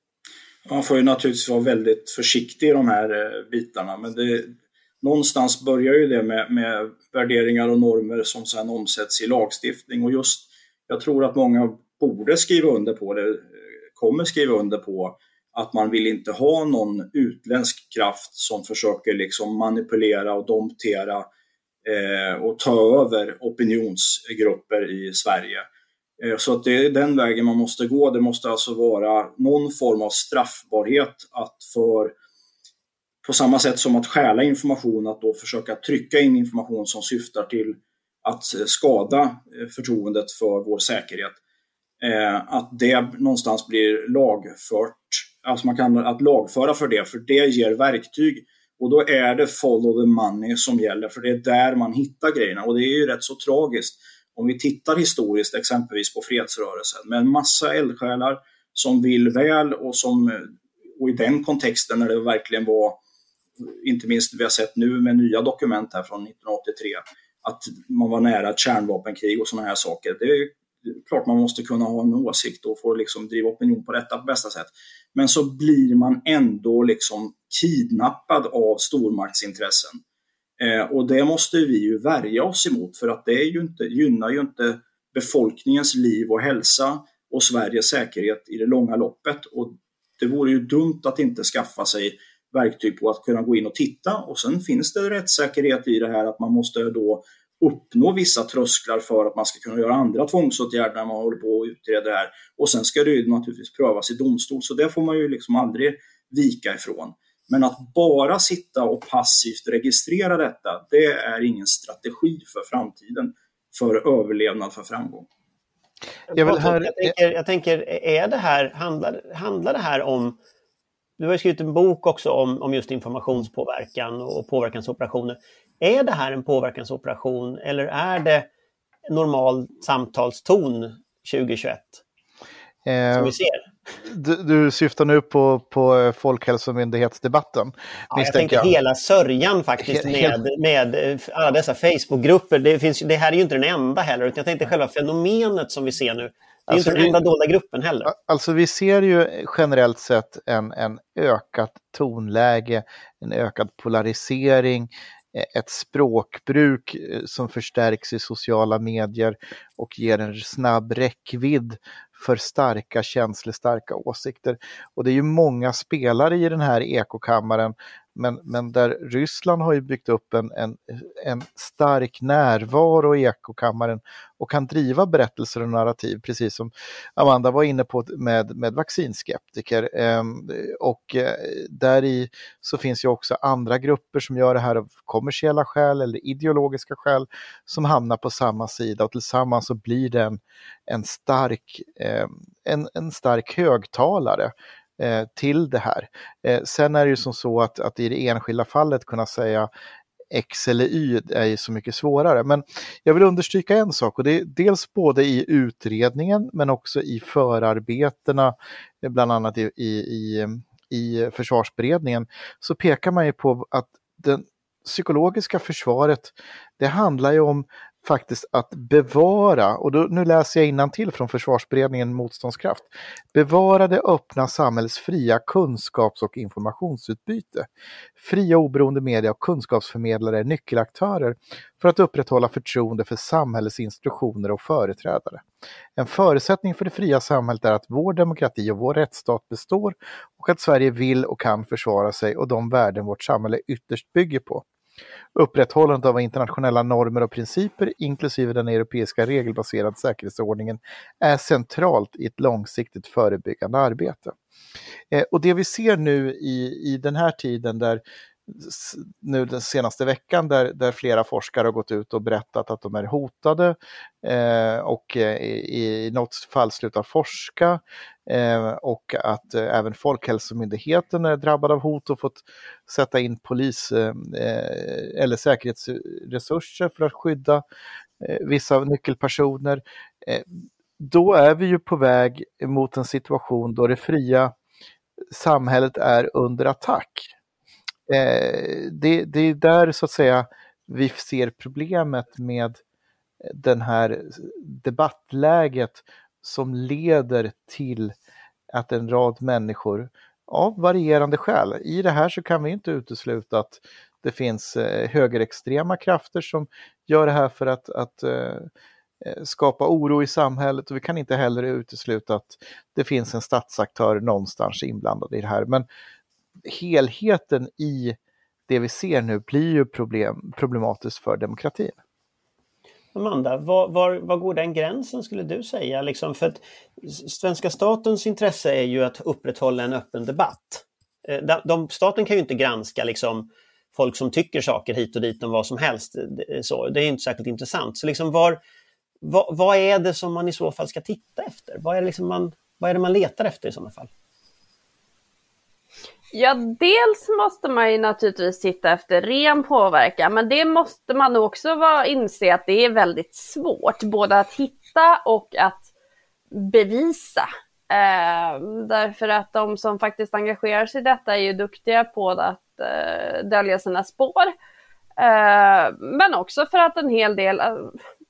Man får ju naturligtvis vara väldigt försiktig i de här bitarna. Men det, någonstans börjar ju det med, med värderingar och normer som sedan omsätts i lagstiftning. Och just, jag tror att många borde skriva under på det, kommer skriva under på att man vill inte ha någon utländsk kraft som försöker liksom manipulera och domptera eh, och ta över opinionsgrupper i Sverige. Eh, så att det är den vägen man måste gå. Det måste alltså vara någon form av straffbarhet att för, på samma sätt som att stjäla information, att då försöka trycka in information som syftar till att skada förtroendet för vår säkerhet. Eh, att det någonstans blir lagfört. Alltså man kan att lagföra för det, för det ger verktyg. Och då är det follow the money som gäller, för det är där man hittar grejerna. Och det är ju rätt så tragiskt. Om vi tittar historiskt exempelvis på fredsrörelsen med en massa eldsjälar som vill väl och som, och i den kontexten när det verkligen var, inte minst vi har sett nu med nya dokument här från nittonhundraåttiotre, att man var nära ett kärnvapenkrig och sådana här saker. Det är klart man måste kunna ha en åsikt och få liksom driva opinion på detta på bästa sätt. Men så blir man ändå liksom kidnappad av stormaktsintressen. Eh, och det måste vi ju värja oss emot, för att det är ju inte, gynnar ju inte befolkningens liv och hälsa och Sveriges säkerhet i det långa loppet. Och det vore ju dumt att inte skaffa sig verktyg på att kunna gå in och titta. Och sen finns det rättssäkerhet i det här att man måste då uppnå vissa trösklar för att man ska kunna göra andra tvångsåtgärder när man håller på och utreder det här. Och sen ska det ju naturligtvis prövas i domstol, så det får man ju liksom aldrig vika ifrån. Men att bara sitta och passivt registrera detta, det är ingen strategi för framtiden, för överlevnad, för framgång. Jag, vill här... jag, tänker, jag tänker, är det här, handlar, handlar det här om, du har ju skrivit en bok också om, om just informationspåverkan och påverkansoperationer. Är det här en påverkansoperation eller är det normal samtalston tjugohundratjugoett eh, som vi ser? Du, du syftar nu på, på Folkhälsomyndighetsdebatten. Ja, jag tänker hela sörjan faktiskt med, med alla dessa Facebookgrupper. Det, finns, det här är ju inte den enda heller, utan jag tänkte själva fenomenet som vi ser nu. Det är alltså inte den enda dolda gruppen heller. Alltså vi ser ju generellt sett en, en ökat tonläge, en ökad polarisering, ett språkbruk som förstärks i sociala medier och ger en snabb räckvidd för starka känslor, starka åsikter. Och det är ju många spelare i den här ekokammaren, men, men där Ryssland har ju byggt upp en, en, en stark närvaro i ekokammaren och kan driva berättelser och narrativ, precis som Amanda var inne på med, med vaccinskeptiker. Ehm, och eh, där i så finns ju också andra grupper som gör det här av kommersiella skäl eller ideologiska skäl som hamnar på samma sida, och tillsammans så blir det en, en, stark, eh, en, en stark högtalare till det här. Eh, sen är det ju som så att, att i det enskilda fallet kunna säga X eller Y är ju så mycket svårare. Men jag vill understryka en sak, och det är dels både i utredningen men också i förarbetena, bland annat i, i, i, i försvarsberedningen, så pekar man ju på att det psykologiska försvaret, det handlar ju om faktiskt att bevara, och då, nu läser jag innantill från försvarsberedningen Motståndskraft, bevara det öppna samhällets fria kunskaps- och informationsutbyte. Fria oberoende media och kunskapsförmedlare är nyckelaktörer för att upprätthålla förtroende för samhällets institutioner och företrädare. En förutsättning för det fria samhället är att vår demokrati och vår rättsstat består och att Sverige vill och kan försvara sig och de värden vårt samhälle ytterst bygger på. Upprätthållandet av internationella normer och principer, inklusive den europeiska regelbaserade säkerhetsordningen, är centralt i ett långsiktigt förebyggande arbete. Eh, och det vi ser nu i, i den här tiden, där nu den senaste veckan, där, där flera forskare har gått ut och berättat att de är hotade eh, och eh, i, i något fall slutar forska, eh, och att eh, även Folkhälsomyndigheten är drabbad av hot och fått sätta in polis eh, eller säkerhetsresurser för att skydda eh, vissa nyckelpersoner. Eh, då är vi ju på väg mot en situation då det fria samhället är under attack. Eh, det, det är där så att säga vi ser problemet med den här debattläget som leder till att en rad människor av varierande skäl, i det här så kan vi inte utesluta att det finns eh, högerextrema krafter som gör det här för att, att eh, skapa oro i samhället, och vi kan inte heller utesluta att det finns en statsaktör någonstans inblandad i det här. Men helheten i det vi ser nu blir ju problem, problematiskt för demokratin. Amanda, var, var, var går den gränsen skulle du säga? Liksom, för att svenska statens intresse är ju att upprätthålla en öppen debatt. De, de, staten kan ju inte granska liksom, folk som tycker saker hit och dit om vad som helst. Så, det är inte särskilt intressant. Så liksom, var, vad, vad är det som man i så fall ska titta efter? Vad är det, liksom man, vad är det man letar efter i sådana fall? Ja, dels måste man ju naturligtvis titta efter ren påverkan, men det måste man också vara, inse att det är väldigt svårt både att hitta och att bevisa. Eh, därför att de som faktiskt engagerar sig i detta är ju duktiga på att eh, dölja sina spår. Eh, men också för att en hel del eh,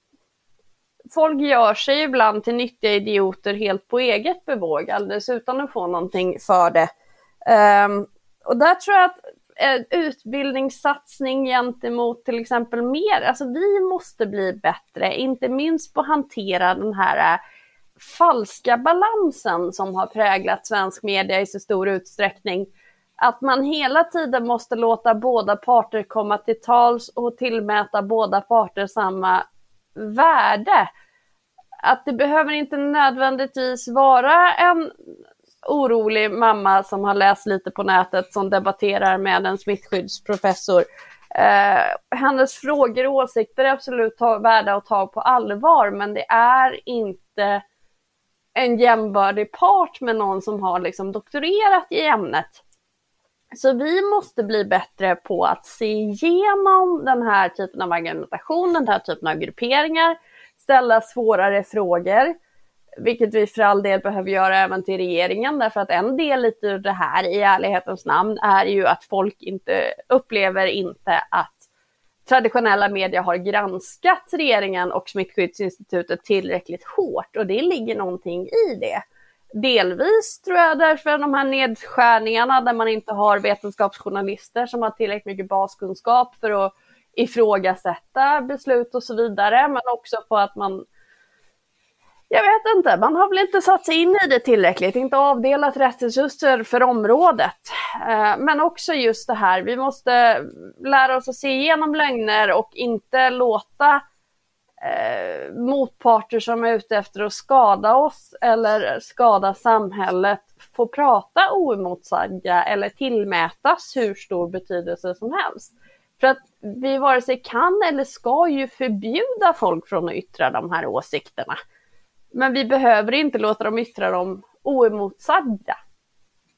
folk gör sig ibland till nyttiga idioter helt på eget bevåg, alldeles utan att få någonting för det. Um, och där tror jag att eh, utbildningssatsning gentemot till exempel mer, alltså vi måste bli bättre, inte minst på att hantera den här eh, falska balansen som har präglat svensk media i så stor utsträckning. Att man hela tiden måste låta båda parter komma till tals och tillmäta båda parter samma värde. Att det behöver inte nödvändigtvis vara en orolig mamma som har läst lite på nätet som debatterar med en smittskyddsprofessor. Eh, hennes frågor och åsikter är absolut ta, värda att ta på allvar, men det är inte en jämbördig part med någon som har liksom doktorerat i ämnet. Så vi måste bli bättre på att se igenom den här typen av argumentation, den här typen av grupperingar, ställa svårare frågor, vilket vi för all del behöver göra även till regeringen, därför att en del lite av det här i ärlighetens namn är ju att folk inte upplever inte att traditionella medier har granskat regeringen och Smittskyddsinstitutet tillräckligt hårt, och det ligger någonting i det. Delvis tror jag därför de här nedskärningarna där man inte har vetenskapsjournalister som har tillräckligt mycket baskunskap för att ifrågasätta beslut och så vidare, men också på att man, jag vet inte, man har väl inte satt sig in i det tillräckligt, inte avdelat rätt resurser för området. Men också just det här, vi måste lära oss att se igenom lögner och inte låta eh, motparter som är ute efter att skada oss eller skada samhället få prata oemotsagda eller tillmätas hur stor betydelse som helst. För att vi vare sig kan eller ska ju förbjuda folk från att yttra de här åsikterna. Men vi behöver inte låta dem yttra dem oemotsagda.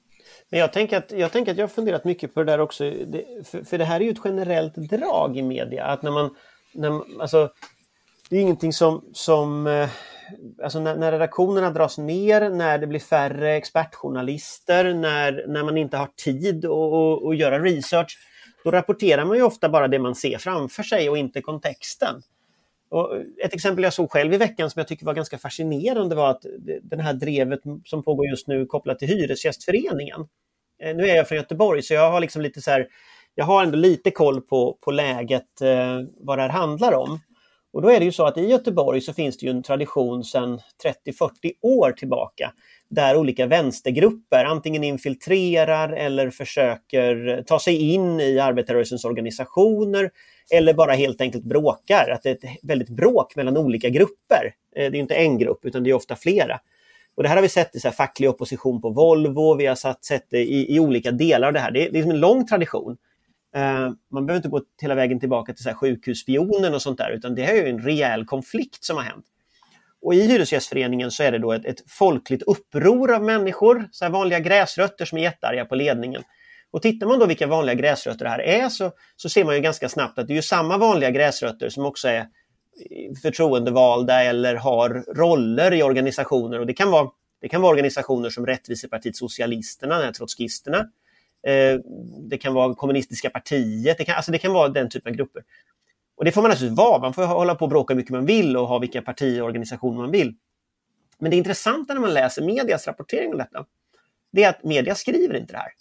Men jag tänker att jag tänker att jag har funderat mycket på det där också. Det, för, för det här är ju ett generellt drag i media. Att när man, när man alltså, det är ingenting som, som alltså när, när redaktionerna dras ner, när det blir färre expertjournalister, när, när man inte har tid att, att, att göra research, då rapporterar man ju ofta bara det man ser framför sig och inte kontexten. Och ett exempel jag såg själv i veckan som jag tycker var ganska fascinerande var att den här drevet som pågår just nu kopplat till Hyresgästföreningen. Nu är jag från Göteborg så jag har liksom lite så här, jag har ändå lite koll på, på läget eh, vad det här handlar om. Och då är det ju så att i Göteborg så finns det ju en tradition sedan trettio till fyrtio år tillbaka där olika vänstergrupper antingen infiltrerar eller försöker ta sig in i arbetarrörelsens organisationer eller bara helt enkelt bråkar. Att det är ett väldigt bråk mellan olika grupper. Det är inte en grupp utan det är ofta flera. Och det här har vi sett i så här facklig opposition på Volvo, vi har sett det i, i olika delar av det här. Det är, det är en lång tradition. Uh, man behöver inte gå hela vägen tillbaka till så här sjukhusspionen och sånt där, utan det är ju en rejäl konflikt som har hänt. Och i Hyresgästföreningen så är det då ett, ett folkligt uppror av människor, så här vanliga gräsrötter som är jättearga på ledningen. Och tittar man då vilka vanliga gräsrötter det här är så, så ser man ju ganska snabbt att det är ju samma vanliga gräsrötter som också är förtroendevalda eller har roller i organisationer. Och det kan vara, det kan vara organisationer som Rättvisepartiet Socialisterna, trotskisterna. Det kan vara kommunistiska partiet, det kan, alltså det kan vara den typen av grupper. Och det får man naturligtvis vara, man får hålla på och bråka mycket man vill och ha vilka partiorganisationer man vill. Men det intressanta när man läser medias rapportering om detta, det är att media skriver inte det här.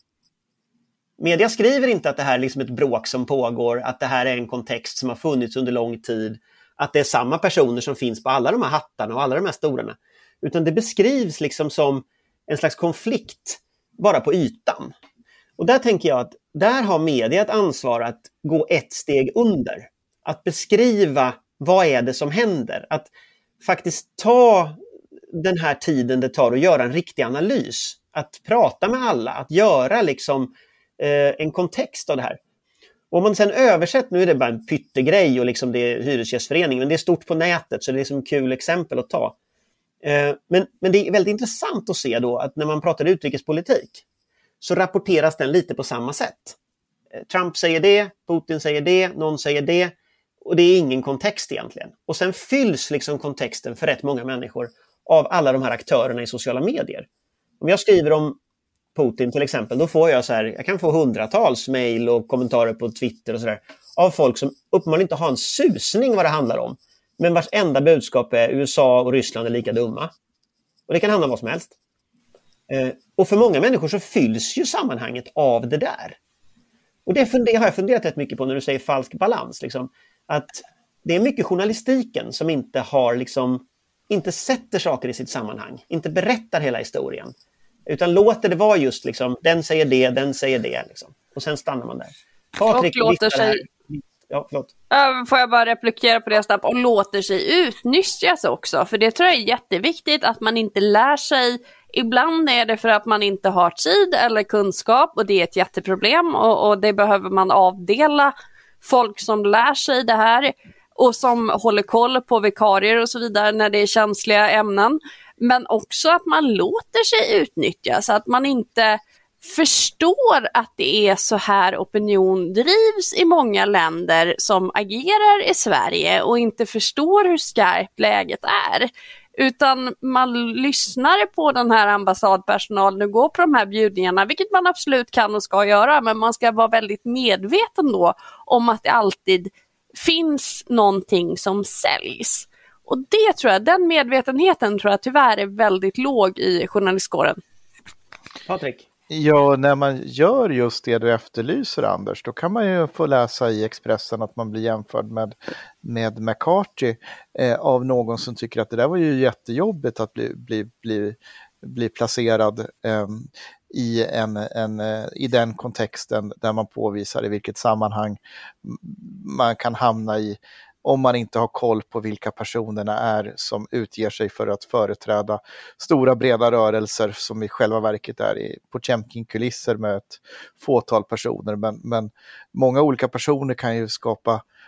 Media skriver inte att det här är liksom ett bråk som pågår, att det här är en kontext som har funnits under lång tid, att det är samma personer som finns på alla de här hattarna och alla de här stolarna. Utan det beskrivs liksom som en slags konflikt bara på ytan. Och där tänker jag att där har media ett ansvar att gå ett steg under. Att beskriva vad är det som händer. Att faktiskt ta den här tiden det tar att göra en riktig analys. Att prata med alla, att göra liksom eh, en kontext av det här. Och om man sen översätter, nu är det bara en pyttegrej och liksom det är Hyresgästföreningen, men det är stort på nätet så det är liksom kul exempel att ta. Eh, men, men det är väldigt intressant att se då att när man pratar utrikespolitik så rapporteras den lite på samma sätt. Trump säger det, Putin säger det, någon säger det och det är ingen kontext egentligen. Och sen fylls liksom kontexten för rätt många människor av alla de här aktörerna i sociala medier. Om jag skriver om Putin till exempel, då får jag så här, jag kan få hundratals mejl och kommentarer på Twitter och sådär av folk som uppenbarligen inte har en susning vad det handlar om. Men vars enda budskap är U S A och Ryssland är lika dumma. Och det kan handla om vad som helst. Eh, och för många människor så fylls ju sammanhanget av det där. Och det funder- har jag funderat rätt mycket på när du säger falsk balans. Liksom, att det är mycket journalistiken som inte har liksom, inte sätter saker i sitt sammanhang. Inte berättar hela historien. Utan låter det vara just liksom, den säger det, den säger det. Liksom. Och sen stannar man där. Patrik, och låter sig... Ja, förlåt. Får jag bara replikera på det snabbt, och låter sig utnyttjas också, för det tror jag är jätteviktigt att man inte lär sig. Ibland är det för att man inte har tid eller kunskap och det är ett jätteproblem och, och det behöver man avdela folk som lär sig det här och som håller koll på vikarier och så vidare när det är känsliga ämnen, men också att man låter sig utnyttjas, att man inte förstår att det är så här opinion drivs i många länder som agerar i Sverige och inte förstår hur skarpt läget är. Utan man lyssnar på den här ambassadpersonalen och går på de här bjudningarna, vilket man absolut kan och ska göra, men man ska vara väldigt medveten då om att det alltid finns någonting som säljs. Och det tror jag, den medvetenheten tror jag tyvärr är väldigt låg i journalistkåren. Patrik? Ja, när man gör just det du efterlyser, Anders, då kan man ju få läsa i Expressen att man blir jämförd med, med McCarthy eh, av någon som tycker att det där var ju jättejobbigt att bli, bli, bli, bli placerad eh, i, en, en, i den kontexten där man påvisar i vilket sammanhang man kan hamna i om man inte har koll på vilka personerna är som utger sig för att företräda stora breda rörelser som i själva verket är i Potemkin-kulisser med ett fåtal personer. Men, men många olika personer kan ju skapa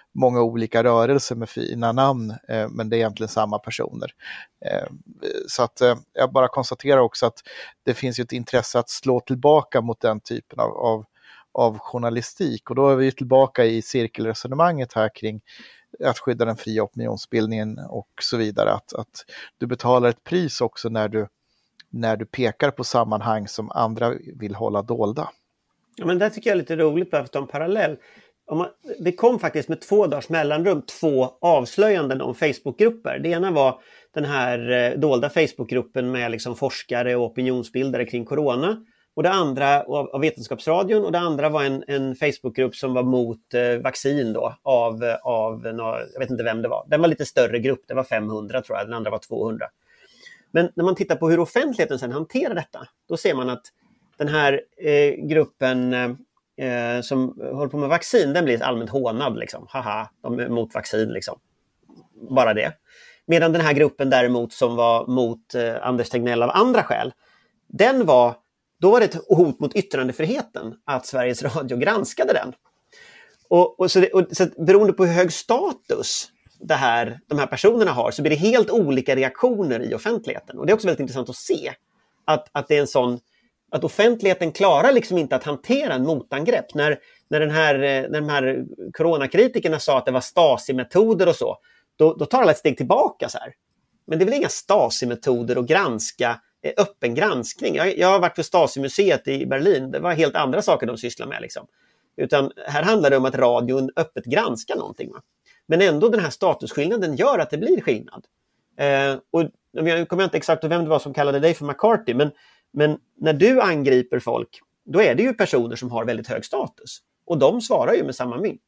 många olika rörelser med fina namn, eh, men det är egentligen samma personer. Eh, så att eh, jag bara konstaterar också att det finns ju ett intresse att slå tillbaka mot den typen av, av, av journalistik, och då är vi tillbaka i cirkelresonemanget här kring att skydda den fria opinionsbildningen och så vidare, att, att du betalar ett pris också när du, när du pekar på sammanhang som andra vill hålla dolda. Ja, men det tycker jag är lite roligt, bara för att ta en parallell. Om man, det kom faktiskt med två dagars mellanrum två avslöjanden om Facebookgrupper. Det ena var den här eh, dolda Facebookgruppen med liksom forskare och opinionsbildare kring corona. Och det andra av, av Vetenskapsradion, och det andra var en, en Facebookgrupp som var mot eh, vaccin då, av, av några, jag vet inte vem det var. Den var lite större grupp, det var femhundra tror jag, den andra var tvåhundra. Men när man tittar på hur offentligheten sedan hanterar detta, då ser man att den här eh, gruppen eh, som håller på med vaccin, den blir allmänt hånad liksom. Haha, de är mot vaccin liksom. Bara det. Medan den här gruppen däremot som var mot eh, Anders Tegnell av andra skäl, den var, då var det ett hot mot yttrandefriheten att Sveriges Radio granskade den. Och, och, så, det, och så beroende på hur hög status det här, de här personerna har, så blir det helt olika reaktioner i offentligheten. Och det är också väldigt intressant att se att, att det är en sån, att offentligheten klarar liksom inte att hantera en motangrepp. När, när, den här, när de här coronakritikerna sa att det var Stasi-metoder och så, då, då tar alla ett steg tillbaka så här. Men det är väl inga Stasi-metoder att granska, öppen granskning. Jag, jag har varit på Stasi-museet i Berlin, det var helt andra saker de sysslar med liksom. Utan här handlar det om att radion öppet granskar någonting. Va? Men ändå den här statusskillnaden gör att det blir skillnad. Eh, och jag kommer inte exakt ihåg vem det var som kallade dig för McCarthy, men Men när du angriper folk, då är det ju personer som har väldigt hög status. Och de svarar ju med samma mynt.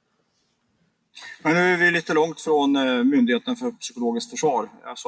Men nu är vi lite långt från Myndigheten för psykologiskt försvar. Alltså,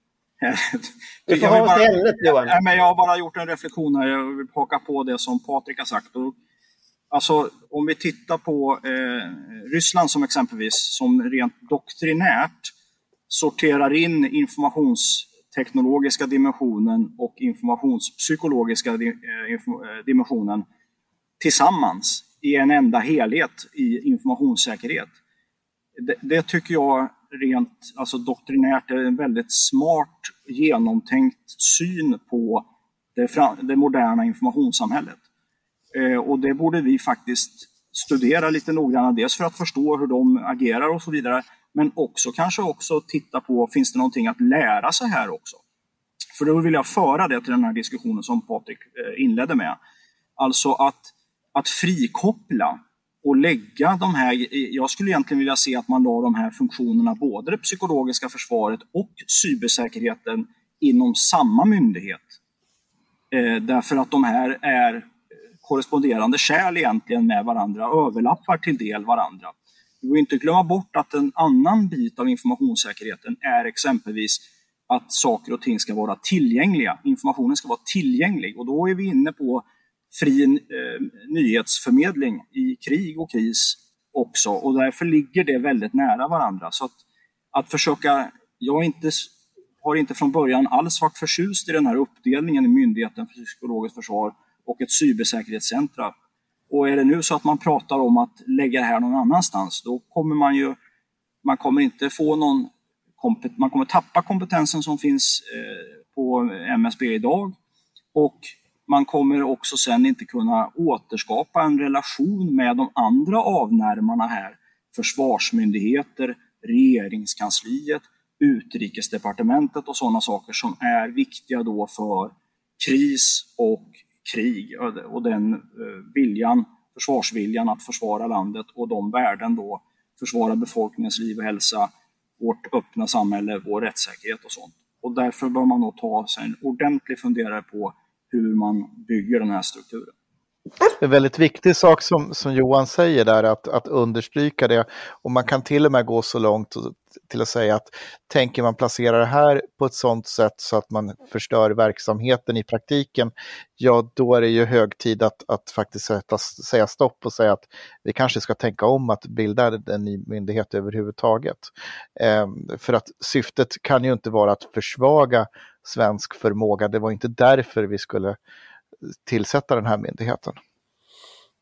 du får ha bara, ämnet, Johan. Ja, men jag har bara gjort en reflektion här. Jag vill haka på det som Patrik har sagt. Och, alltså, om vi tittar på eh, Ryssland som exempelvis, som rent doktrinärt sorterar in informations teknologiska dimensionen och informationspsykologiska dimensionen tillsammans i en enda helhet i informationssäkerhet. Det, det tycker jag rent alltså doktrinärt är en väldigt smart genomtänkt syn på det, det moderna informationssamhället. Eh, och det borde vi faktiskt studera lite noggrannare, dels för att förstå hur de agerar och så vidare, men också kanske också titta på, finns det någonting att lära sig här också? För då vill jag föra det till den här diskussionen som Patrik inledde med. Alltså att, att frikoppla och lägga de här, jag skulle egentligen vilja se att man la de här funktionerna, både det psykologiska försvaret och cybersäkerheten, inom samma myndighet. Eh, därför att de här är korresponderande kärl egentligen med varandra, överlappar till del varandra. Vi får inte glömma bort att en annan bit av informationssäkerheten är exempelvis att saker och ting ska vara tillgängliga. Informationen ska vara tillgänglig, och då är vi inne på fri eh, nyhetsförmedling i krig och kris också, och därför ligger det väldigt nära varandra. Så att, att försöka, jag inte, har inte från början alls varit förtjust i den här uppdelningen i Myndigheten för psykologiskt försvar och ett cybersäkerhetscentra. Och är det nu så att man pratar om att lägga det här någon annanstans, då kommer man ju, man kommer inte få någon, man kommer tappa kompetensen som finns på M S B idag, och man kommer också sen inte kunna återskapa en relation med de andra avnärmarna här, försvarsmyndigheter, regeringskansliet, utrikesdepartementet och sådana saker som är viktiga då för kris och krig och den viljan, försvarsviljan att försvara landet och de värden då, försvara befolkningens liv och hälsa, vårt öppna samhälle, vår rättssäkerhet och sånt. Och därför bör man då ta sig en ordentlig funderare på hur man bygger den här strukturen. Det är en väldigt viktig sak som, som Johan säger där, att, att understryka det. Och man kan till och med gå så långt till att säga att tänker man placera det här på ett sådant sätt så att man förstör verksamheten i praktiken, ja då är det ju hög tid att, att faktiskt sätta, säga stopp och säga att vi kanske ska tänka om att bilda en ny myndighet överhuvudtaget. Eh, för att syftet kan ju inte vara att försvaga svensk förmåga. Det var inte därför vi skulle tillsätta den här myndigheten.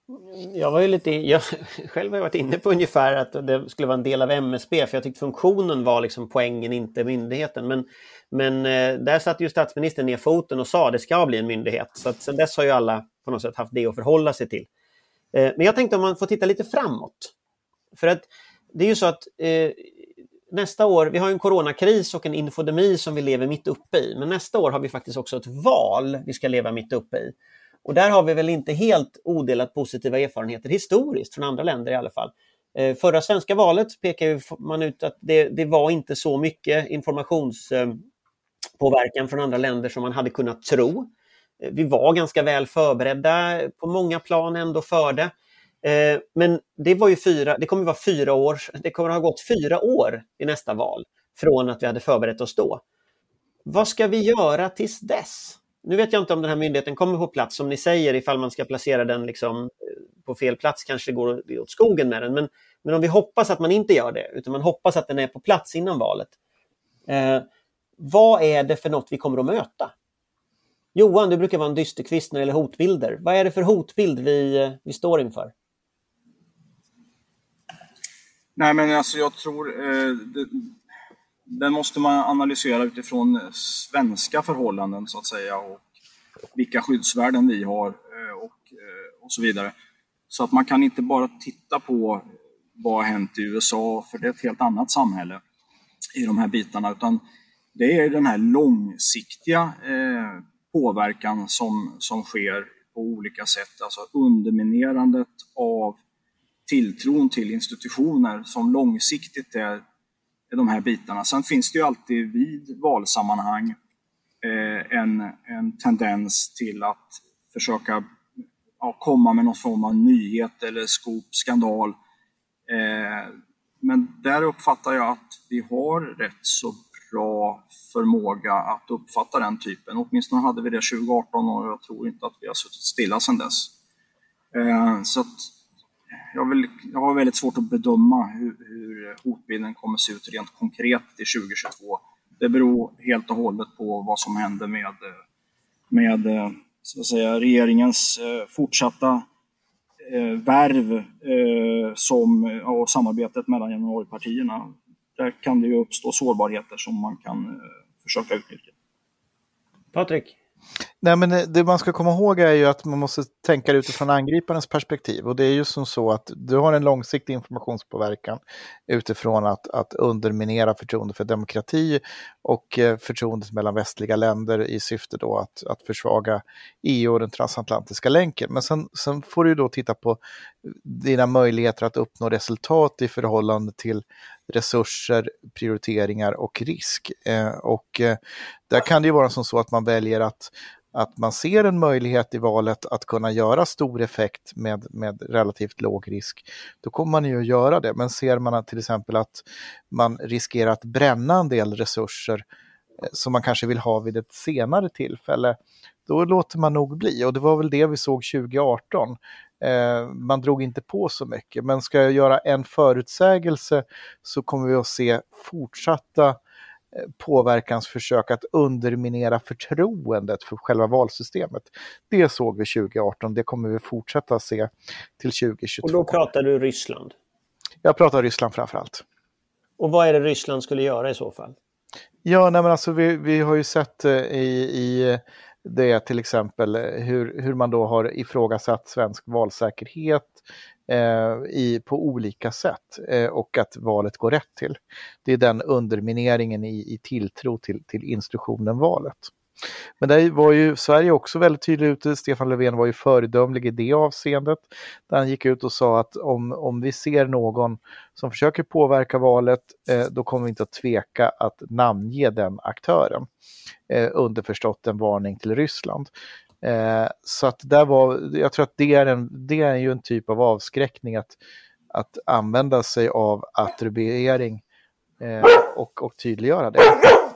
Jag var ju lite, jag själv har jag varit inne på ungefär att det skulle vara en del av M S B, för jag tyckte funktionen var liksom poängen, inte myndigheten. Men, men där satt ju statsministern ner foten och sa att det ska bli en myndighet. Så att sen dess har ju alla på något sätt haft det att förhålla sig till. Men jag tänkte om man får titta lite framåt. För att det är ju så att eh, nästa år, vi har ju en coronakris och en infodemi som vi lever mitt uppe i. Men nästa år har vi faktiskt också ett val vi ska leva mitt uppe i. Och där har vi väl inte helt odelat positiva erfarenheter historiskt från andra länder i alla fall. Eh, förra svenska valet pekar ju man ut att det, det var inte så mycket informationspåverkan från andra länder som man hade kunnat tro. Eh, vi var ganska väl förberedda på många plan ändå för det. Eh, men det var ju fyra, det kommer att vara fyra år, det kommer att ha gått fyra år i nästa val från att vi hade förberett oss då. Vad ska vi göra tills dess? Nu vet jag inte om den här myndigheten kommer på plats, som ni säger, ifall man ska placera den liksom på fel plats kanske det går åt skogen med den. Men, men om vi hoppas att man inte gör det, utan man hoppas att den är på plats innan valet. Eh, vad är det för något vi kommer att möta? Johan, du brukar vara en dysterkvist när det gäller hotbilder. Vad är det för hotbild vi, vi står inför? Nej, men alltså jag tror eh, det, den måste man analysera utifrån svenska förhållanden så att säga, och vilka skyddsvärden vi har eh, och, eh, och så vidare. Så att man kan inte bara titta på vad har hänt i U S A, för det är ett helt annat samhälle i de här bitarna, utan det är den här långsiktiga eh, påverkan som, som sker på olika sätt, alltså underminerandet av tilltron till institutioner som långsiktigt är de här bitarna. Sen finns det ju alltid vid valsammanhang eh, en, en tendens till att försöka ja, komma med någon form av nyhet eller skop, skandal. Eh, men där uppfattar jag att vi har rätt så bra förmåga att uppfatta den typen. Åtminstone hade vi det tjugo arton och jag tror inte att vi har suttit stilla sedan dess. Eh, så att Jag, vill, jag har väldigt svårt att bedöma hur, hur hotbilden kommer att se ut rent konkret i tjugo tjugotvå. Det beror helt och hållet på vad som händer med, med så att säga, regeringens eh, fortsatta eh, värv eh, som, och samarbetet mellan januaripartierna. Där kan det ju uppstå sårbarheter som man kan eh, försöka utnyttja. Patrik? Nej, men det man ska komma ihåg är ju att man måste tänka utifrån angriparens perspektiv, och det är ju som så att du har en långsiktig informationspåverkan utifrån att, att underminera förtroende för demokrati och förtroendet mellan västliga länder i syfte då att, att försvaga E U och den transatlantiska länken. Men sen, sen får du då titta på dina möjligheter att uppnå resultat i förhållande till resurser, prioriteringar och risk. Eh, och eh, där kan det ju vara som så att man väljer att, att man ser en möjlighet i valet att kunna göra stor effekt med, med relativt låg risk. Då kommer man ju att göra det. Men ser man att, till exempel att man riskerar att bränna en del resurser eh, som man kanske vill ha vid ett senare tillfälle, då låter man nog bli. Och det var väl det vi såg tjugo arton. Eh, man drog inte på så mycket, men ska jag göra en förutsägelse så kommer vi att se fortsatta eh, påverkansförsök att underminera förtroendet för själva valsystemet. Det såg vi tjugo arton, det kommer vi fortsätta se till tjugo tjugotvå. Och då pratar du Ryssland? Jag pratar Ryssland framförallt. Och vad är det Ryssland skulle göra i så fall? Ja, nej men alltså vi, vi har ju sett eh, i... i det är till exempel hur, hur man då har ifrågasatt svensk valsäkerhet eh, i, på olika sätt eh, och att valet går rätt till. Det är den undermineringen i, i tilltro till, till instruktionen valet. Men där var ju Sverige också väldigt tydligt ute. Stefan Löfven var ju föredömlig i det avseendet. Där han gick ut och sa att om, om vi ser någon som försöker påverka valet, eh, då kommer vi inte att tveka att namnge den aktören. Eh, underförstått en varning till Ryssland. Eh, så att där var, jag tror att det är, en, det är ju en typ av avskräckning att, att använda sig av attribuering eh, och, och tydliggöra det.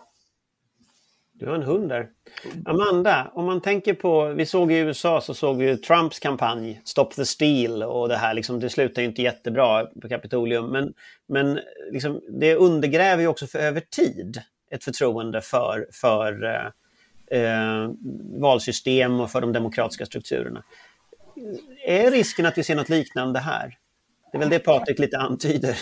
Du har en hund där. Amanda, om man tänker på, vi såg i U S A så såg vi Trumps kampanj Stop the Steal och det här, liksom, det slutar ju inte jättebra på Kapitolium, men, men liksom, det undergräver ju också för över tid ett förtroende för, för eh, valsystem och för de demokratiska strukturerna. är risken att vi ser något liknande här? Det är väl det Patrik lite antyder.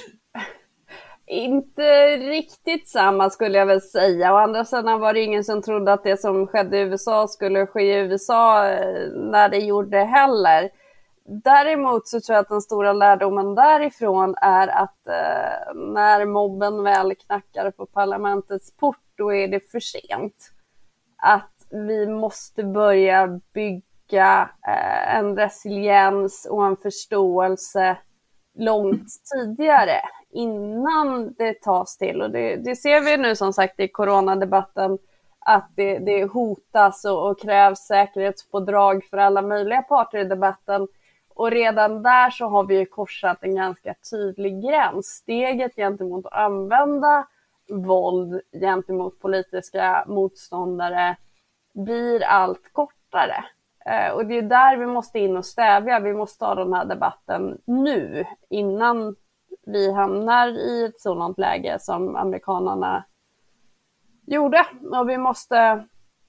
Inte riktigt samma skulle jag väl säga. Å andra sidan var det ingen som trodde att det som skedde i U S A skulle ske i U S A när det gjorde heller. Däremot så tror jag att den stora lärdomen därifrån är att eh, när mobben väl knackar på parlamentets port, då är det för sent. Att vi måste börja bygga eh, en resiliens och en förståelse långt tidigare, innan det tas till. Och det, det ser vi nu som sagt i coronadebatten, att det, det hotas och, och krävs säkerhetspådrag för alla möjliga parter i debatten. Och redan där så har vi ju korsat en ganska tydlig gräns. Steget gentemot att använda våld gentemot politiska motståndare blir allt kortare. Eh, och det är där vi måste in och stävja. Vi måste ha den här debatten nu, innan vi hamnar i ett sådant läge som amerikanerna gjorde. Och vi måste...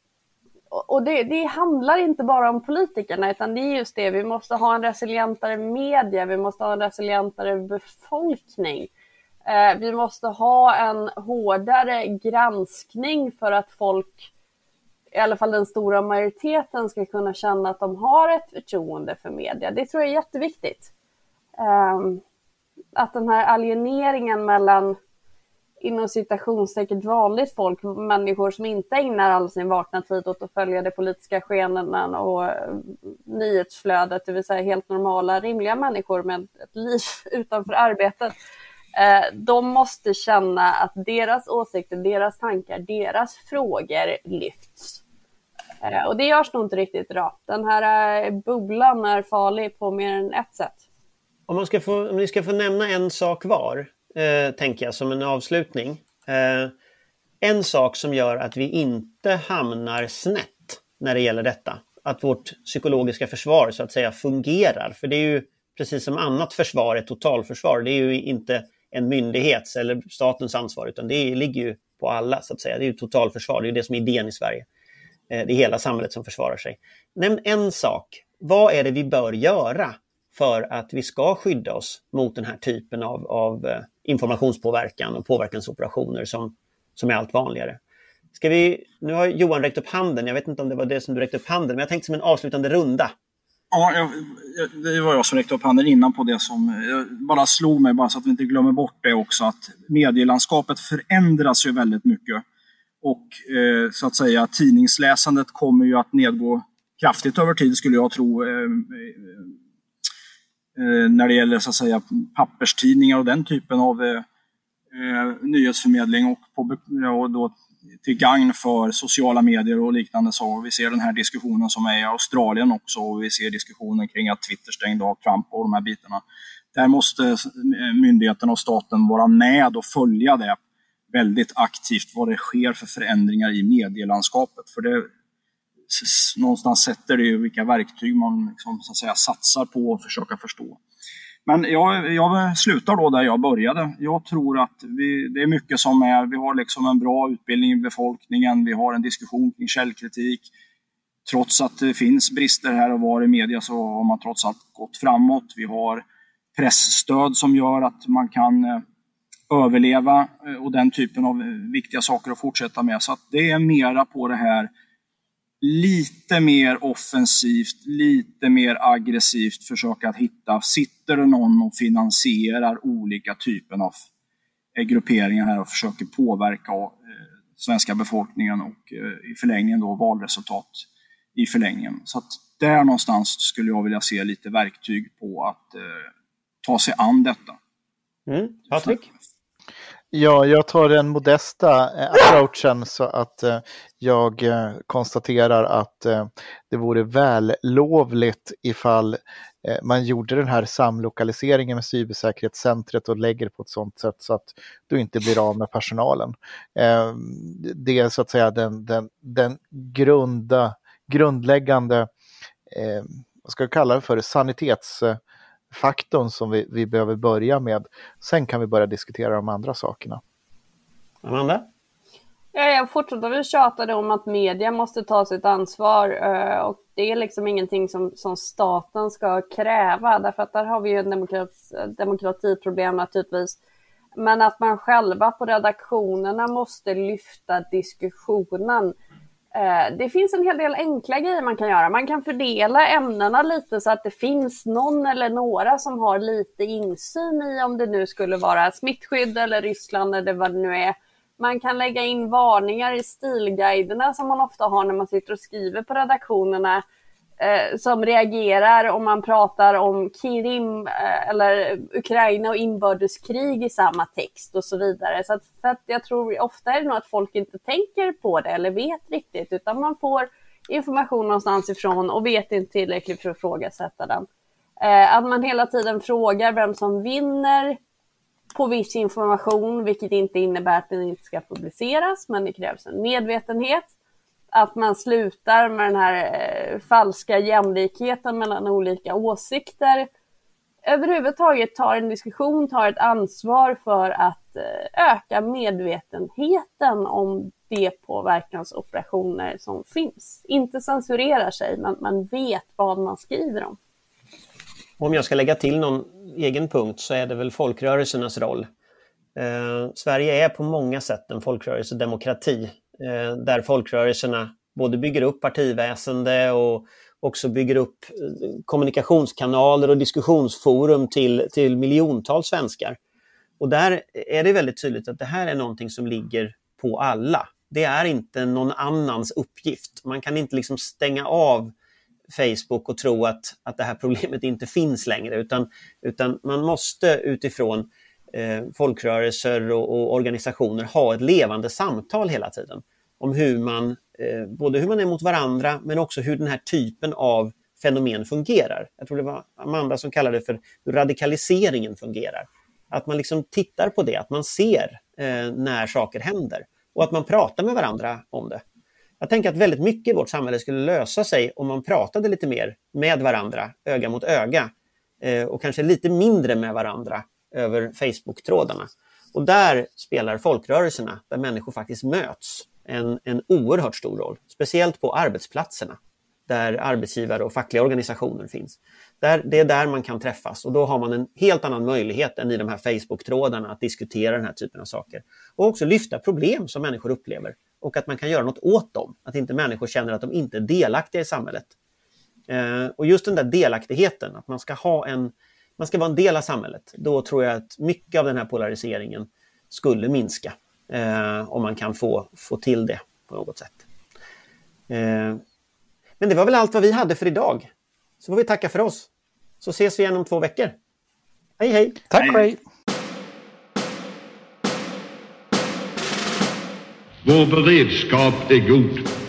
Och det, det handlar inte bara om politikerna, utan det är just det. Vi måste ha en resilientare media, vi måste ha en resilientare befolkning. Eh, vi måste ha en hårdare granskning för att folk, i alla fall den stora majoriteten, ska kunna känna att de har ett förtroende för media. Det tror jag är jätteviktigt. Eh, att den här alieneringen mellan, inom citationstecken, vanligt folk, människor som inte ägnar all sin vakna tid åt att följa det politiska skeenden och nyhetsflödet, det vill säga helt normala, rimliga människor med ett liv utanför arbetet, de måste känna att deras åsikter, deras tankar, deras frågor lyfts. Och det görs nog inte riktigt idag. Den här bubblan är farlig på mer än ett sätt. Om, man ska få, om ni ska få nämna en sak var, Eh, tänker jag som en avslutning. Eh, en sak som gör att vi inte hamnar snett när det gäller detta. Att vårt psykologiska försvar så att säga fungerar. För det är ju precis som annat försvar, ett totalförsvar. Det är ju inte en myndighets eller statens ansvar, utan det ligger ju på alla så att säga. Det är ju totalförsvar, det är det som är idén i Sverige. Eh, det är hela samhället som försvarar sig. Nämn en sak. Vad är det vi bör göra för att vi ska skydda oss mot den här typen av, av informationspåverkan och påverkansoperationer som, som är allt vanligare? Ska vi, nu har Johan räckt upp handen, jag vet inte om det var det som du räckte upp handen, men jag tänkte som en avslutande runda. Ja, jag, det var jag som räckte upp handen innan på det som jag bara slog mig, bara så att vi inte glömmer bort det också, att medielandskapet förändras ju väldigt mycket. Och eh, så att säga, tidningsläsandet kommer ju att nedgå kraftigt över tid, skulle jag tro, eh, när det gäller så att säga papperstidningar och den typen av eh, nyhetsförmedling, och, på, och då till gagn för sociala medier och liknande. Så vi ser den här diskussionen som är i Australien också, och vi ser diskussionen kring att Twitter stängde av Trump och de här bitarna. Där måste myndigheterna och staten vara med och följa det väldigt aktivt, vad det sker för förändringar i medielandskapet. För det någonstans sätter det ju vilka verktyg man liksom, så att säga, satsar på att försöka förstå. Men jag, jag slutar då där jag började. Jag tror att vi, det är mycket som är, vi har liksom en bra utbildning i befolkningen, vi har en diskussion kring källkritik. Trots att det finns brister här och var i media, så har man trots allt gått framåt. Vi har pressstöd som gör att man kan eh, överleva eh, och den typen av viktiga saker att fortsätta med. Så att det är mera på det här lite mer offensivt, lite mer aggressivt försöka att hitta, sitter det någon och finansierar olika typer av grupperingar här och försöker påverka eh, svenska befolkningen och eh, i förlängningen då valresultat i förlängningen. Så att där någonstans skulle jag vilja se lite verktyg på att eh, ta sig an detta. Mm. Patrik? Ja, jag tar den modesta eh, approachen, så att eh, jag eh, konstaterar att eh, det vore vällovligt ifall eh, man gjorde den här samlokaliseringen med cybersäkerhetscentret och lägger på ett sådant sätt så att du inte blir av med personalen. Eh, det är så att säga den, den, den grunda, grundläggande, eh, vad ska jag kalla det för, sanitets... Eh, faktorn som vi, vi behöver börja med. Sen kan vi börja diskutera de andra sakerna. Amanda? Ja, jag fortsätter väl tjata om att media måste ta sitt ansvar och det är liksom ingenting som, som staten ska kräva, därför att där har vi ju en demokrati, demokratiproblem naturligtvis. Men att man själva på redaktionerna måste lyfta diskussionen. Det finns en hel del enkla grejer man kan göra. Man kan fördela ämnena lite så att det finns någon eller några som har lite insyn i om det nu skulle vara smittskydd eller Ryssland eller vad det nu är. Man kan lägga in varningar i stilguiderna som man ofta har när man sitter och skriver på redaktionerna eh, som reagerar om man pratar om Krim eh, eller Ukraina och inbördeskrig i samma text och så vidare. Så att, för att jag tror ofta är det nog att folk inte tänker på det eller vet riktigt, utan man får information någonstans ifrån och vet inte tillräckligt för att ifrågasätta den. Eh, att man hela tiden frågar vem som vinner på viss information, vilket inte innebär att den inte ska publiceras, men det krävs en medvetenhet. Att man slutar med den här eh, falska jämlikheten mellan olika åsikter. Överhuvudtaget tar en diskussion, tar ett ansvar för att eh, öka medvetenheten om de påverkansoperationer som finns. Inte censurerar sig, men man vet vad man skriver om. Om jag ska lägga till någon egen punkt så är det väl folkrörelsernas roll. Eh, Sverige är på många sätt en folkrörelsedemokrati eh, där folkrörelserna både bygger upp partiväsende och också bygger upp kommunikationskanaler och diskussionsforum till, till miljontals svenskar. Och där är det väldigt tydligt att det här är någonting som ligger på alla. Det är inte någon annans uppgift. Man kan inte liksom stänga av Facebook och tro att, att det här problemet inte finns längre, utan, utan man måste utifrån eh, folkrörelser och, och organisationer ha ett levande samtal hela tiden om hur man, eh, både hur man är mot varandra men också hur den här typen av fenomen fungerar. Jag tror det var Amanda som kallade det för hur radikaliseringen fungerar. Att man liksom tittar på det, att man ser eh, när saker händer och att man pratar med varandra om det. Jag tänker att väldigt mycket i vårt samhälle skulle lösa sig om man pratade lite mer med varandra, öga mot öga, eh, och kanske lite mindre med varandra över Facebook-trådarna. Och där spelar folkrörelserna, där människor faktiskt möts, en, en oerhört stor roll. Speciellt på arbetsplatserna, där arbetsgivare och fackliga organisationer finns. Där, det är där man kan träffas och då har man en helt annan möjlighet än i de här Facebook-trådarna att diskutera den här typen av saker. Och också lyfta problem som människor upplever. Och att man kan göra något åt dem. Att inte människor känner att de inte är delaktiga i samhället. Eh, och just den där delaktigheten, att man ska, ha en, man ska vara en del av samhället. Då tror jag att mycket av den här polariseringen skulle minska. Eh, om man kan få, få till det på något sätt. Eh, men det var väl allt vad vi hade för idag. Så får vi tacka för oss. Så ses vi igen om två veckor. Hej hej! Tack och hej! Vår beredskap är god.